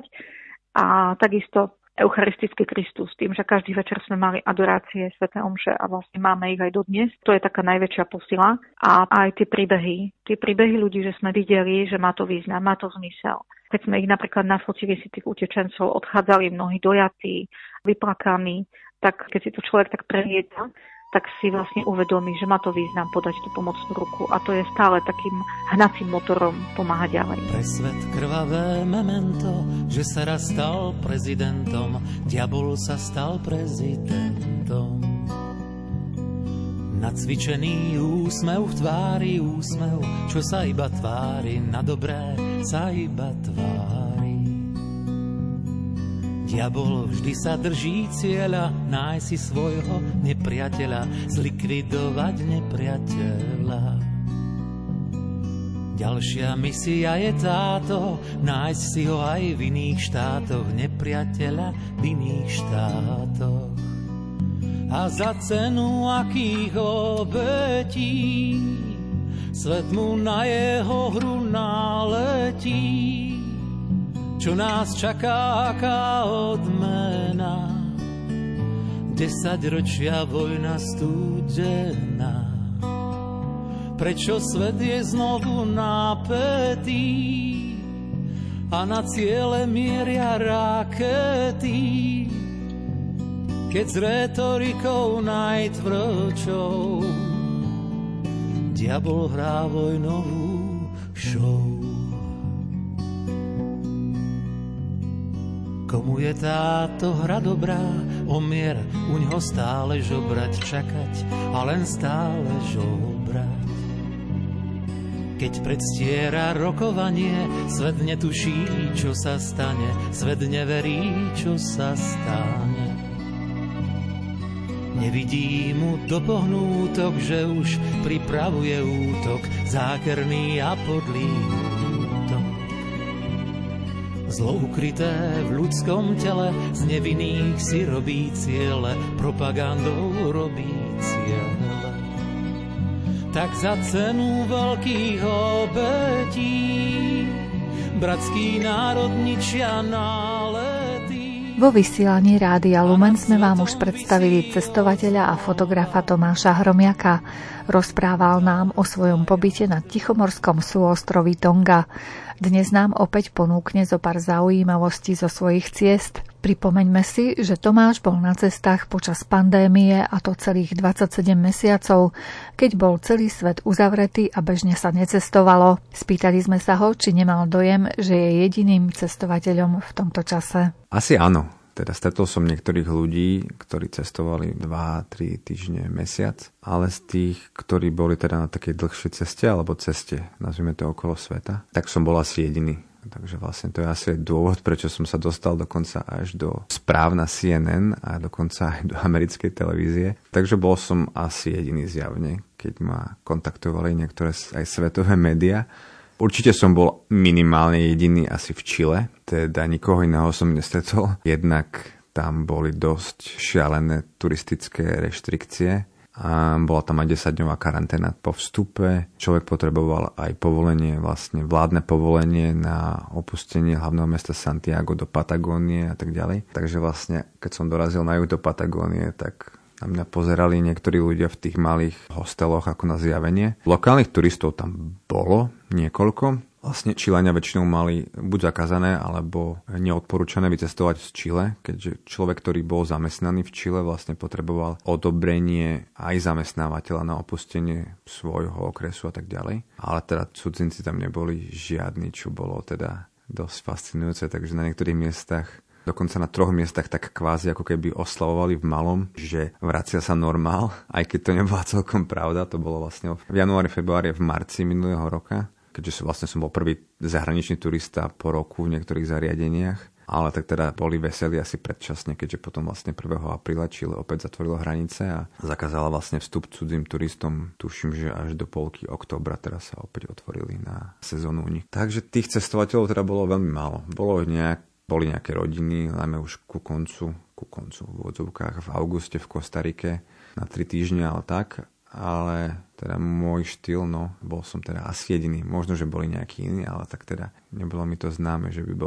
A takisto Eucharistický Kristus, tým, že každý večer sme mali adorácie, sväté omše a vlastne máme ich aj dodnes. To je taká najväčšia posila. A aj tie príbehy ľudí, že sme videli, že má to význam, má to zmysel. Keď sme ich napríklad nafotili si tých utečencov, odchádzali mnohí dojatí, vyplakaní, tak keď si to človek tak prelieta, tak si vlastne uvedomí, že má to význam podať tú pomocnú ruku a to je stále takým hnacím motorom pomáhať ďalej. Pre svet krvavé memento, že sa raz stal prezidentom, diabol sa stal prezidentom. Nacvičený úsmev v tvári, úsmev, čo sa iba tvári, na dobré sa iba tvári. Diabol vždy sa drží cieľa, nájsť si svojho nepriateľa, zlikvidovať nepriateľa. Ďalšia misia je táto, nájsť si ho aj v iných štátoch, nepriateľa v iných štátoch. A za cenu akých obetí svet mu na jeho hru naletí. Čo nás čaká, aká odmena, 10 ročia vojna studená. Prečo svet je znovu napätý a na ciele mieria rakety, keď s retorikou najtvrdšou diabol hrá vojnovú show. Komu je táto hra dobrá, o mier uňho stále žobrať, čakať a len stále žobrať. Keď predstiera rokovanie, svet netuší, čo sa stane, svet neverí, čo sa stane. Nevidí mu do pohnútok, že už pripravuje útok, zákerný a podlý útok. Zlo ukryté v ľudskom tele, z nevinných si robí ciele, propagandou robí ciele. Tak za cenu veľkých obetí bratský národ ničia nálety. Vo vysielaní Rádia Lumen sme vám už predstavili cestovateľa a fotografa Tomáša Hromiaka. Rozprával nám o svojom pobyte na tichomorskom súostroví Tonga. Dnes nám opäť ponúkne zo pár zaujímavostí zo svojich ciest. Pripomeňme si, že Tomáš bol na cestách počas pandémie, a to celých 27 mesiacov, keď bol celý svet uzavretý a bežne sa necestovalo. Spýtali sme sa ho, či nemal dojem, že je jediným cestovateľom v tomto čase. Asi áno. Teda stretol som niektorých ľudí, ktorí cestovali 2-3 týždne, mesiac, ale z tých, ktorí boli teda na takej dlhšej ceste alebo ceste, nazvime to okolo sveta, tak som bol asi jediný. Takže vlastne to je asi dôvod, prečo som sa dostal dokonca až do správ na CNN a dokonca aj do americkej televízie. Takže bol som asi jediný zjavne, keď ma kontaktovali niektoré aj svetové médiá. Určite som bol minimálne jediný asi v Čile, teda nikoho iného som nestretol. Jednak tam boli dosť šialené turistické reštrikcie a bola tam aj 10-dňová karanténa po vstupe. Človek potreboval aj povolenie, vlastne vládne povolenie na opustenie hlavného mesta Santiago do Patagónie a tak ďalej. Takže vlastne, keď som dorazil na juh do Patagónie, tak na mňa pozerali niektorí ľudia v tých malých hosteloch ako na zjavenie. Lokálnych turistov tam bolo niekoľko. Vlastne Číľania väčšinou mali buď zakázané, alebo neodporúčané vycestovať z Čile, keďže človek, ktorý bol zamestnaný v Čile, vlastne potreboval odobrenie aj zamestnávateľa na opustenie svojho okresu a tak ďalej. Ale teda cudzinci tam neboli žiadni, čo bolo teda dosť fascinujúce, takže na niektorých miestach, dokonca na 3 miestach tak kvázi ako keby oslavovali v malom, že vracia sa normál, aj keď to nebola celkom pravda. To bolo vlastne v januári, februári, v marci minulého roka, keďže vlastne som bol prvý zahraničný turista po roku v niektorých zariadeniach. Ale tak teda boli veselí asi predčasne, keďže potom vlastne 1. apríla Čile opäť zatvorilo hranice a zakázala vlastne vstup cudzím turistom. Tuším, že až do polky októbra teraz sa opäť otvorili na sezónu u nich. Takže tých cestovateľov teda bolo veľmi málo. Boli nejaké rodiny, najmä už ku koncu v úvodzovkách v auguste v Kostarike na 3 týždne, ale teda môj štýl, bol som teda asi jediný. Možno, že boli nejakí iní, ale tak teda nebolo mi to známe, že by boli.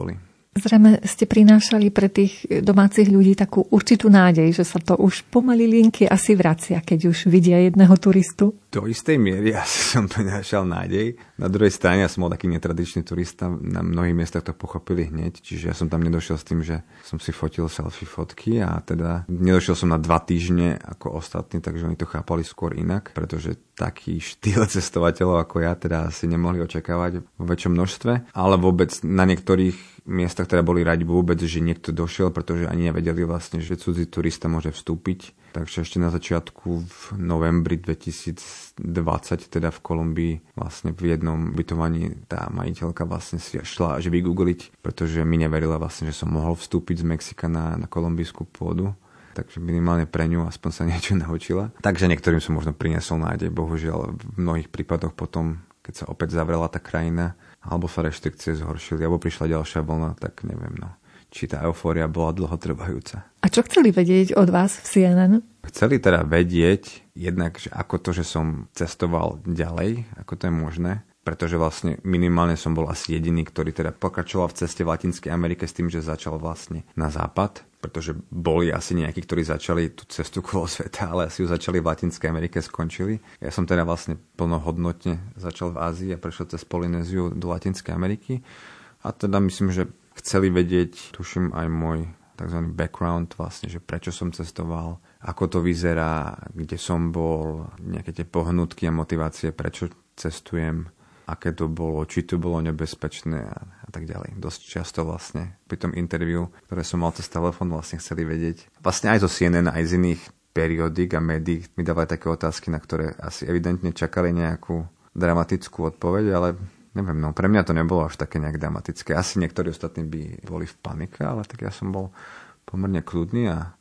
Zrejme ste prinášali pre tých domácich ľudí takú určitú nádej, že sa to už pomaly linky asi vracia, keď už vidia jedného turistu. Do istej miery asi som prinášal nádej. Na druhej strane ja som bol taký netradičný turista, na mnohých miestach to pochopili hneď, čiže ja som tam nedošiel s tým, že som si fotil selfie fotky a teda nedošiel som na 2 týždne ako ostatní, takže oni to chápali skôr inak, pretože taký štýl cestovateľov ako ja teda asi nemohli očakávať vo väčšom množstve, ale vôbec na niektorých miestach teda boli radi vôbec, že niekto došiel, pretože ani nevedeli vlastne, že cudzí turista môže vstúpiť. Takže ešte na začiatku v novembri 2020 teda v Kolumbii vlastne v jednom ubytovaní tá majiteľka vlastne si šla až vygoogliť, pretože mi neverila vlastne, že som mohol vstúpiť z Mexika na kolumbijskú pôdu. Takže minimálne pre ňu aspoň sa niečo naučila. Takže niektorým som možno priniesol nádej. Bohužiaľ v mnohých prípadoch potom, keď sa opäť zavrela tá krajina, alebo sa reštrikcie zhoršili, alebo prišla ďalšia vlna, tak neviem, či tá eufória bola dlhotrvajúca. A čo chceli vedieť od vás v CNN? Chceli teda vedieť jednak, že ako to, že som cestoval ďalej, ako to je možné, pretože vlastne minimálne som bol asi jediný, ktorý teda pokračoval v ceste v Latinskej Amerike s tým, že začal vlastne na západ, pretože boli asi nejakí, ktorí začali tú cestu kolo sveta, ale asi ju začali v Latinskej Amerike, skončili. Ja som teda vlastne plnohodnotne začal v Ázii a prešiel cez Polynéziu do Latinskej Ameriky a teda myslím, že chceli vedieť, tuším aj môj tzv. Background vlastne, že prečo som cestoval, ako to vyzerá, kde som bol, nejaké tie pohnutky a motivácie, prečo cestujem, aké to bolo, či to bolo nebezpečné a tak ďalej. Dosť často vlastne pri tom interviu, ktoré som mal cez telefón, vlastne chceli vedieť. Vlastne aj zo CNN, aj z iných periódik a médií mi dávali také otázky, na ktoré asi evidentne čakali nejakú dramatickú odpoveď, ale neviem, pre mňa to nebolo až také nejak dramatické. Asi niektorí ostatní by boli v panike, ale tak ja som bol pomerne kľudný a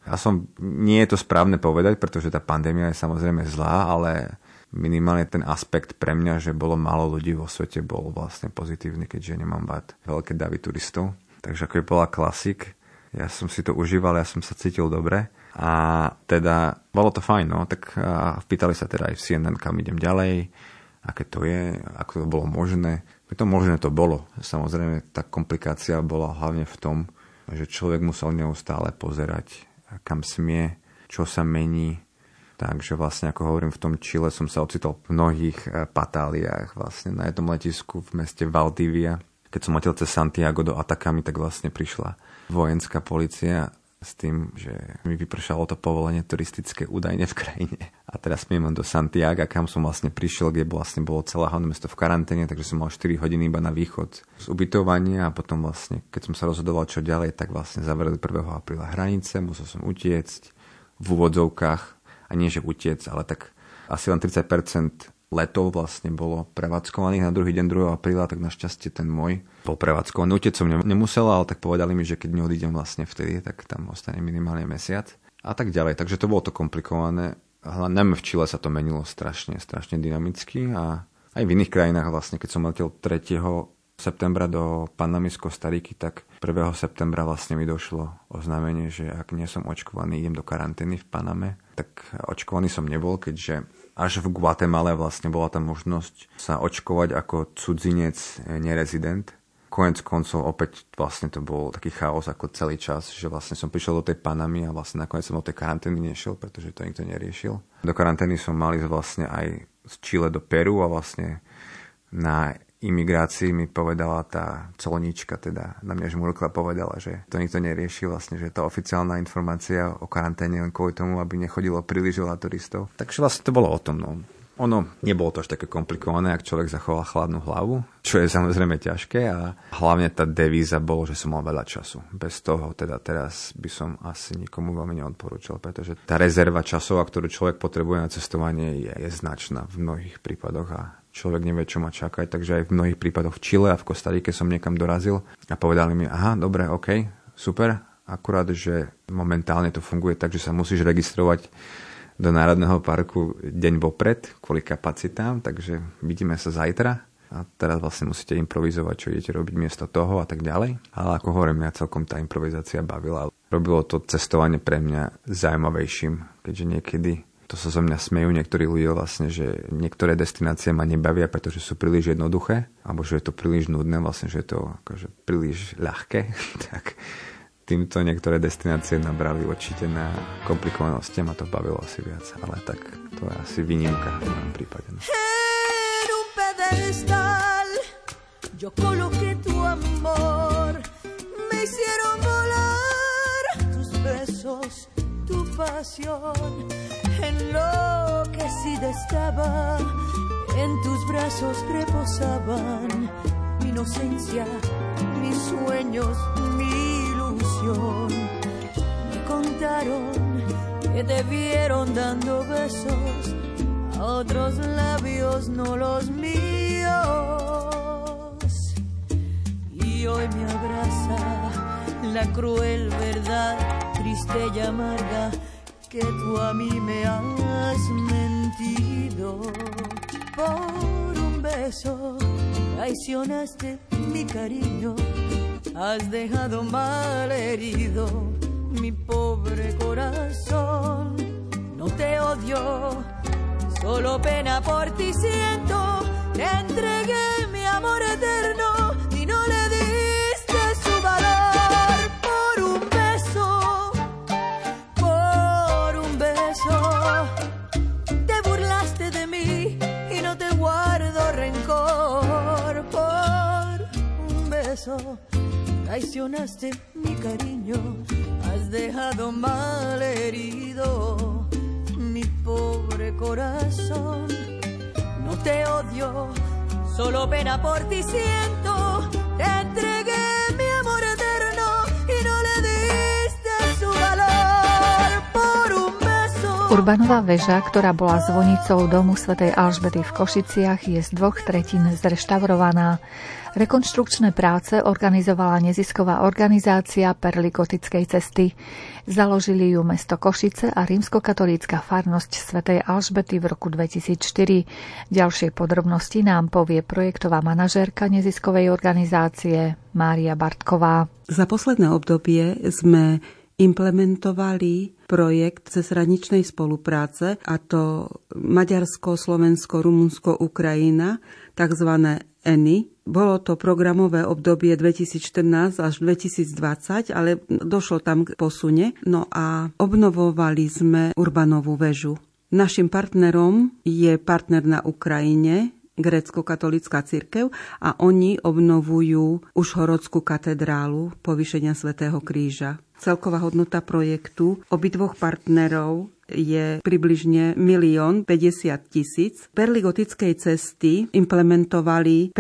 nie je to správne povedať, pretože tá pandémia je samozrejme zlá, ale minimálne ten aspekt pre mňa, že bolo málo ľudí vo svete, bol vlastne pozitívny, keďže nemám rád veľké davy turistov. Takže ako bola klasik, ja som si to užíval, ja som sa cítil dobre a teda bolo to fajn, tak pýtali sa teda aj v CNN, kam idem ďalej, aké to je, ako to bolo možné. To možné to bolo. Samozrejme, tá komplikácia bola hlavne v tom, že človek musel neustále pozerať, kam smie, čo sa mení. Takže vlastne, ako hovorím, v tom Čile som sa ocitol v mnohých patáliách. Vlastne na jednom letisku v meste Valdivia. Keď som letel cez Santiago do Atacamy, tak vlastne prišla vojenská polícia s tým, že mi vypršalo to povolenie turistické údajne v krajine. A teraz smiem do Santiaga, kam som vlastne prišiel, kde vlastne bolo celé hlavné mesto v karanténe, takže som mal 4 hodiny iba na východ z ubytovania a potom vlastne, keď som sa rozhodoval čo ďalej, tak vlastne zavreli 1. apríla hranice, musel som utiecť v úvodzovkách, a nie že utiec, ale tak asi len 30% letov vlastne bolo prevádzkovaných na druhý deň 2. apríla, tak našťastie ten môj bol prevádzkovaný. Utiec som nemusela, ale tak povedali mi, že keď neodídem vlastne vtedy, tak tam ostane minimálne mesiac a tak ďalej. Takže to bolo to komplikované. Najmä v Čile sa to menilo strašne dynamicky a aj v iných krajinách vlastne, keď som letel 3. septembra do Panamy z Kostariky, tak 1. septembra vlastne mi došlo oznámenie, že ak nie som očkovaný, idem do karantény v Paname. Tak očkovaný som nebol, keďže až v Guatemale vlastne bola tá možnosť sa očkovať ako cudzinec, nerezident. Koniec koncov opäť vlastne to bol taký chaos ako celý čas, že vlastne som prišiel do tej Panamy a vlastne nakoniec som do tej karantény nešiel, pretože to nikto neriešil. Do karantény som mal ísť vlastne aj z Čile do Peru a vlastne na imigrácii mi povedala tá colníčka, teda na mňa žmurkla, povedala, že to nikto nerieši vlastne, že je to oficiálna informácia o karanténe len kvôli tomu, aby nechodilo príliš veľa turistov. Takže vlastne to bolo o tom, Ono nebolo to až také komplikované, ak človek zachoval chladnú hlavu, čo je samozrejme ťažké a hlavne tá devíza bolo, že som mal veľa času. Bez toho teda teraz by som asi nikomu veľmi neodporúčal, pretože tá rezerva časová, ktorú človek potrebuje na cestovanie, je značná v mnohých prípadoch a človek nevie, čo ma čakať, takže aj v mnohých prípadoch v Čile a v Kostarike som niekam dorazil a povedali mi, aha, dobre, OK, super, akurát, že momentálne to funguje tak, že sa musíš registrovať do Národného parku deň vopred kvôli kapacitám, takže vidíme sa zajtra a teraz vlastne musíte improvizovať, čo idete robiť miesto toho a tak ďalej. Ale ako hovorím, mňa celkom tá improvizácia bavila. Robilo to cestovanie pre mňa zaujímavejším, keďže niekedy To sa zo mňa smejú niektorí ľudia vlastne, že niektoré destinácie ma nebavia, pretože sú príliš jednoduché, alebo že je to príliš nudné, vlastne, že je to akože príliš ľahké. Tak týmto niektoré destinácie nabrali určite na komplikovanosti, ma to bavilo asi viac, ale tak to je asi výnimka v mojom prípade. No. Yo coloqué tu amor, me hicieron volar tus besos, tu pasión. Enloquecida estaba, en tus brazos reposaban mi inocencia, mis sueños, mi ilusión. Me contaron que te vieron dando besos a otros labios, no los míos. Y hoy me abraza la cruel verdad, triste y amarga, que tú a mí me has mentido. Por un beso traicionaste mi cariño, has dejado mal herido mi pobre corazón. No te odio, solo pena por ti siento. Te entregué mi amor eterno y no le diste su valor. Por un beso te burlaste de mí y no te guardo rencor. Por un beso traicionaste mi cariño, has dejado mal herido mi pobre corazón. No te odio, solo pena por ti siento. Te entregué mi amor eterno y no le diste su valor. Por un beso. Urbanová väža, ktorá bola zvonicou domu svätej Alžbety v Košiciach, je z 2/3 zreštaurovaná. Rekonštrukčné práce organizovala nezisková organizácia Perly gotickej cesty. Založili ju mesto Košice a rímskokatolícka farnosť svätej Alžbety v roku 2004. Ďalšie podrobnosti nám povie projektová manažérka neziskovej organizácie Mária Bartková. Za posledné obdobie sme implementovali projekt cezhraničnej spolupráce, a to Maďarsko, Slovensko, Rumunsko, Ukrajina, takzvané ENI. Bolo to programové obdobie 2014 až 2020, ale došlo tam k posune. No a obnovovali sme Urbanovú väžu. Našim partnerom je partner na Ukrajine, grécko-katolícka cirkev, a oni obnovujú Užhorodskú katedrálu povýšenia Svätého kríža. Celková hodnota projektu obidvoch partnerov je približne 1 050 000. Perly gotickej cesty implementovali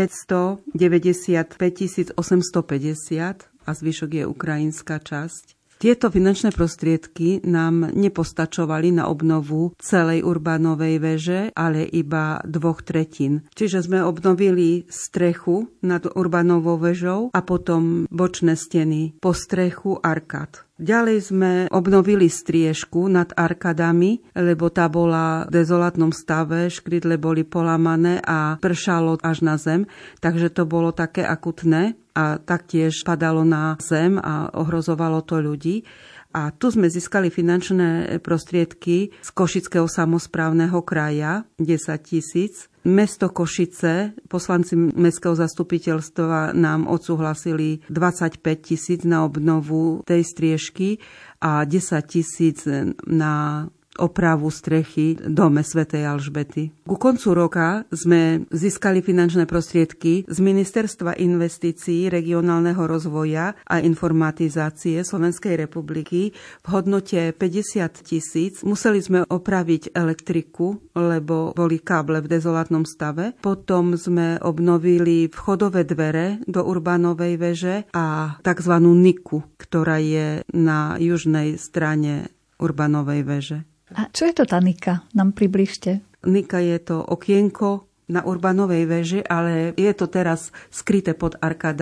595 850 a zvyšok je ukrajinská časť. Tieto finančné prostriedky nám nepostačovali na obnovu celej Urbanovej väže, ale iba 2/3. Čiže sme obnovili strechu nad Urbanovou väžou a potom bočné steny, postrechu, arkád. Ďalej sme obnovili striežku nad arkadami, lebo tá bola v dezolátnom stave, škrydle boli polamané a pršalo až na zem, takže to bolo také akutné a taktiež padalo na zem a ohrozovalo to ľudí. A tu sme získali finančné prostriedky z Košického samosprávneho kraja, 10 000. Mesto Košice, poslanci mestského zastupiteľstva nám odsúhlasili 25 000 na obnovu tej striežky a 10 000 na opravu strechy dome svätej Alžbety. Ku koncu roka sme získali finančné prostriedky z Ministerstva investícií, regionálneho rozvoja a informatizácie Slovenskej republiky v hodnote 50 000. Museli sme opraviť elektriku, lebo boli káble v dezolátnom stave. Potom sme obnovili vchodové dvere do Urbanovej väže a tzv. Niku, ktorá je na južnej strane Urbanovej väže. A čo je to tá Nika? Nám približte. Nika je to okienko na Urbanovej väži, ale je to teraz skryté pod arkádami.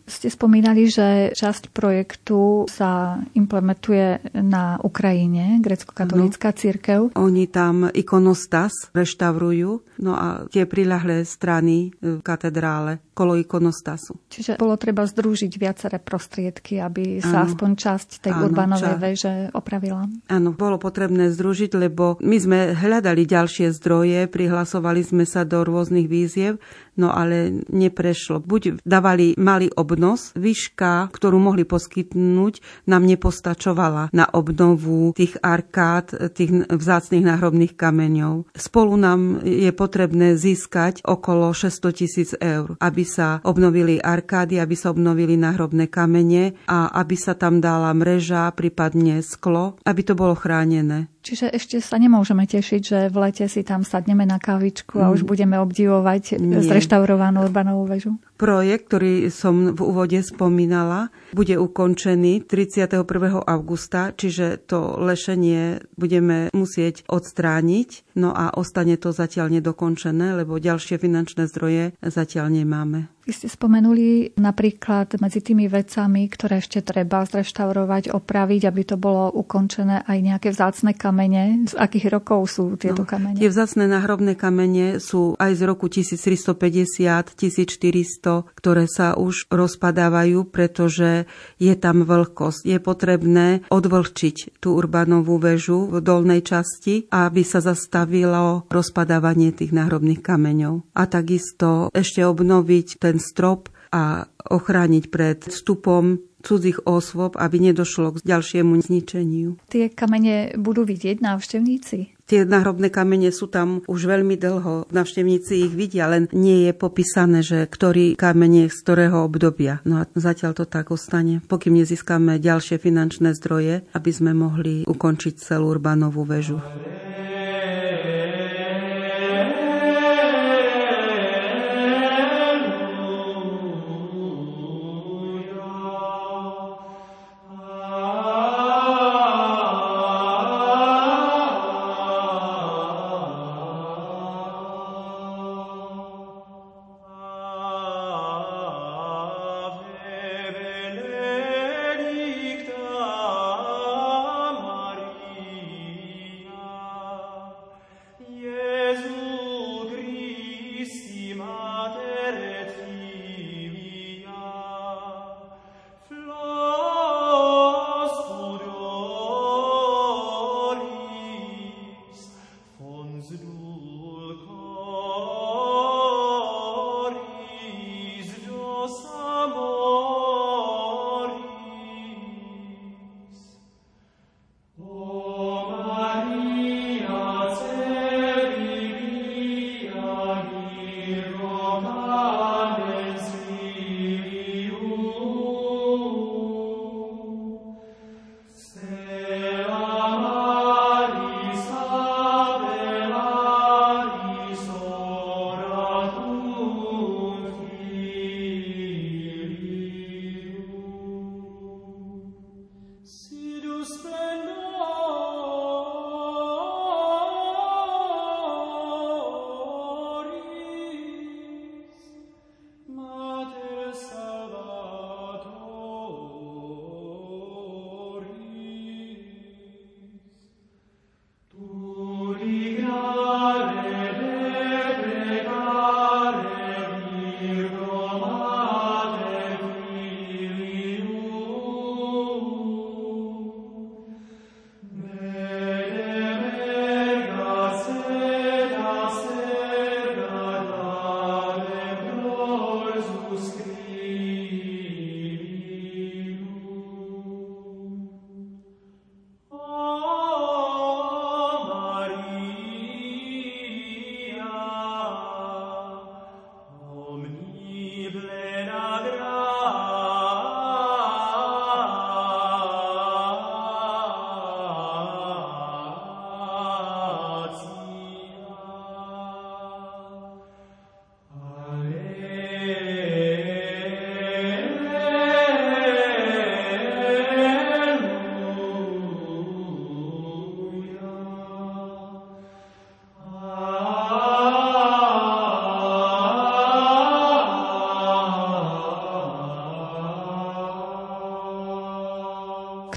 Ste spomínali, že časť projektu sa implementuje na Ukrajine, grécko-katolícka cirkev. Oni tam ikonostas reštaurujú, no a tie priľahlé strany v katedrále kolo ikonostasu. Čiže bolo treba združiť viaceré prostriedky, aby sa aspoň časť tej Urbanovej veže opravila. Áno, bolo potrebné združiť, lebo my sme hľadali ďalšie zdroje, prihlasovali sme sa do rôznych výziev, no ale neprešlo. Buď dávali malý obnos, výška, ktorú mohli poskytnúť, nám nepostačovala na obnovu tých arkád, tých vzácnych náhrobných kameňov. Spolu nám je potrebné získať okolo 600 000 eur, aby sa obnovili arkády, aby sa obnovili náhrobné kamene a aby sa tam dala mreža, prípadne sklo, aby to bolo chránené. Čiže ešte sa nemôžeme tešiť, že v lete si tam sadneme na kávičku a už budeme obdivovať zreštaurovanú Urbanovú väžu? Projekt, ktorý som v úvode spomínala, bude ukončený 31. augusta, čiže to lešenie budeme musieť odstrániť, no a ostane to zatiaľ nedokončené, lebo ďalšie finančné zdroje zatiaľ nemáme. Vy ste spomenuli napríklad medzi tými vecami, ktoré ešte treba zreštaurovať, opraviť, aby to bolo ukončené, aj nejaké vzácne kamene. Z akých rokov sú tieto kamene? Tie vzácne náhrobné kamene sú aj z roku 1350, 1400, ktoré sa už rozpadávajú, pretože je tam vlhkosť. Je potrebné odvlhčiť tú Urbanovú väžu v dolnej časti, aby sa zastavilo rozpadávanie tých náhrobných kameňov. A takisto ešte obnoviť ten strop a ochrániť pred vstupom cudzích osôb, aby nedošlo k ďalšiemu zničeniu. Tie kamene budú vidieť návštevníci? Tie náhrobné kamene sú tam už veľmi dlho. Návštevníci ich vidia, len nie je popísané, že ktorý kamene z ktorého obdobia. No a zatiaľ to tak ostane, pokým nezískame ďalšie finančné zdroje, aby sme mohli ukončiť celú Urbanovú väžu.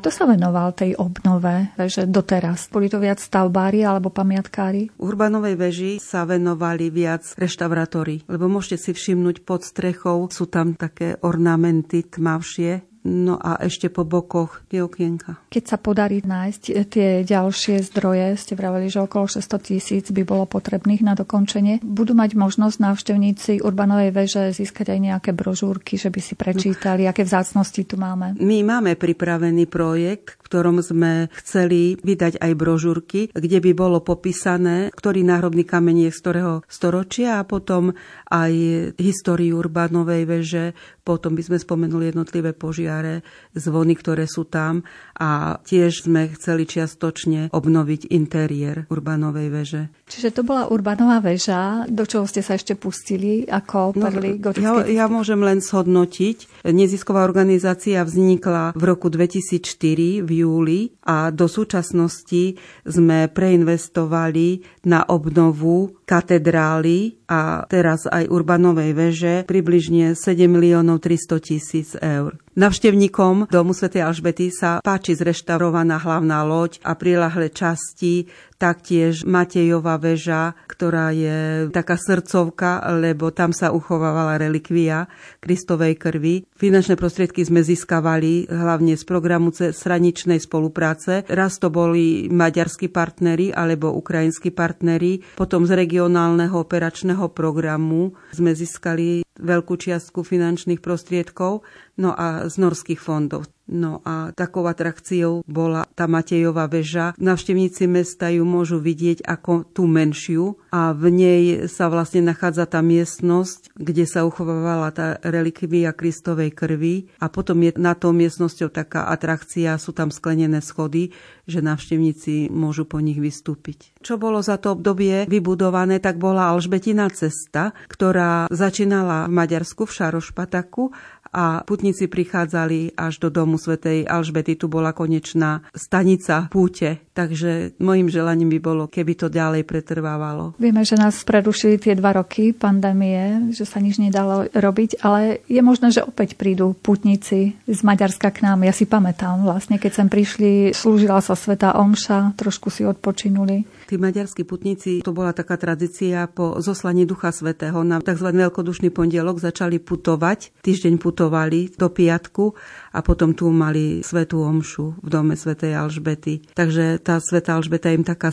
Kto sa venoval tej obnove veže doteraz? Boli to viac stavbári alebo pamiatkári? V Urbanovej veži sa venovali viac reštaurátori, lebo môžete si všimnúť pod strechou sú tam také ornamenty tmavšie. No a ešte po bokoch tie okienka. Keď sa podarí nájsť tie ďalšie zdroje, ste vraveli, že okolo 600 000 by bolo potrebných na dokončenie. Budú mať možnosť návštevníci Urbanovej veže získať aj nejaké brožúrky, že by si prečítali, aké vzácnosti tu máme? My máme pripravený projekt, v ktorom sme chceli vydať aj brožúrky, kde by bolo popísané, ktorý náhrobný kameň je z ktorého storočia a potom aj históriu Urbanovej veže. Potom by sme spomenuli jednotlivé požiare, zvony, ktoré sú tam a tiež sme chceli čiastočne obnoviť interiér Urbanovej veže. Čiže to bola Urbanová väža, do čoho ste sa ešte pustili ako Perly gotickej? Ja môžem len zhodnotiť. Nezisková organizácia vznikla v roku 2004 v júli a do súčasnosti sme preinvestovali na obnovu katedrály a teraz aj Urbanovej veže približne 7 300 000 eur. Navštevníkom domu svätej Alžbety sa páči zreštaurovaná hlavná loď a priľahlé časti, taktiež Matejova väža, ktorá je taká srdcovka, lebo tam sa uchovávala relikvia Kristovej krvi. Finančné prostriedky sme získavali hlavne z programu cezhraničnej spolupráce. Raz to boli maďarskí partneri alebo ukrajinskí partneri. Potom z regionálneho operačného programu sme získali veľkú čiastku finančných prostriedkov, no a z norských fondov. No a takou atrakciou bola tá Matejova väža. Návštevníci mesta ju môžu vidieť ako tú menšiu a v nej sa vlastne nachádza tá miestnosť, kde sa uchovávala tá relikvia Kristovej krvi a potom je na tou miestnosťou taká atrakcia, sú tam sklenené schody, že návštevníci môžu po nich vystúpiť. Čo bolo za to obdobie vybudované, tak bola Alžbetina cesta, ktorá začínala v Maďarsku v Šarošpataku a putníci prichádzali až do domu svätej Alžbety. Tu bola konečná stanica púte. Takže mojím želaním by bolo, keby to ďalej pretrvávalo. Vieme, že nás prerušili tie 2 roky pandémie, že sa nič nedalo robiť, ale je možné, že opäť prídu putníci z Maďarska k nám. Ja si pamätám vlastne, keď sem prišli, slúžila sa svätá omša, trošku si odpočinuli. Tí maďarskí putníci, to bola taká tradícia po zoslaní Ducha Svätého. Na tzv. Veľkodušný pondelok začali putovať, týždeň putovali do piatku a potom tu mali svätú omšu v dome svätej Alžbety. Takže tá svätá Alžbeta je im taká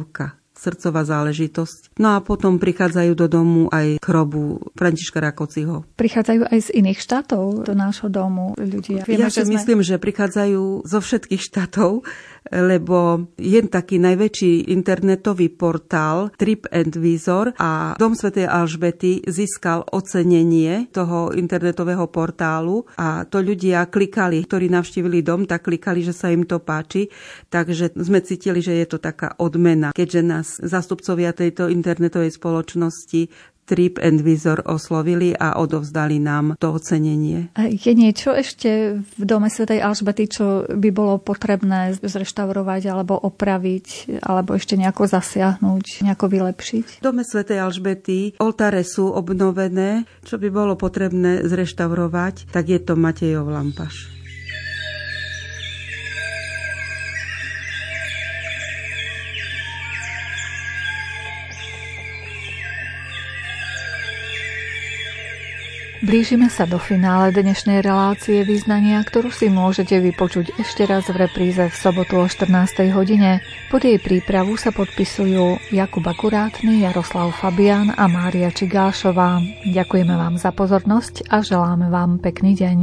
srdcová záležitosť. No a potom prichádzajú do domu aj k hrobu Františka Rakociho. Prichádzajú aj z iných štátov do nášho domu ľudia? Ja si myslím, že prichádzajú zo všetkých štátov, lebo je taký najväčší internetový portál TripAdvisor a Dom svätej Alžbety získal ocenenie toho internetového portálu a to ľudia klikali, ktorí navštívili dom, tak klikali, že sa im to páči, takže sme cítili, že je to taká odmena, keďže nás zástupcovia tejto internetovej spoločnosti TripAdvisor oslovili a odovzdali nám to ocenenie. Je niečo ešte v dome svätej Alžbety, čo by bolo potrebné zreštaurovať alebo opraviť, alebo ešte nejako zasiahnuť, nejako vylepšiť? V dome svätej Alžbety oltáre sú obnovené. Čo by bolo potrebné zreštaurovať, tak je to Matejov lampaš. Blížime sa do finále dnešnej relácie Vyznania, ktorú si môžete vypočuť ešte raz v repríze v sobotu o 14. hodine. Pod jej prípravu sa podpisujú Jakub Akurátny, Jaroslav Fabián a Mária Čigášová. Ďakujeme vám za pozornosť a želáme vám pekný deň.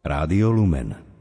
Rádio Lumen.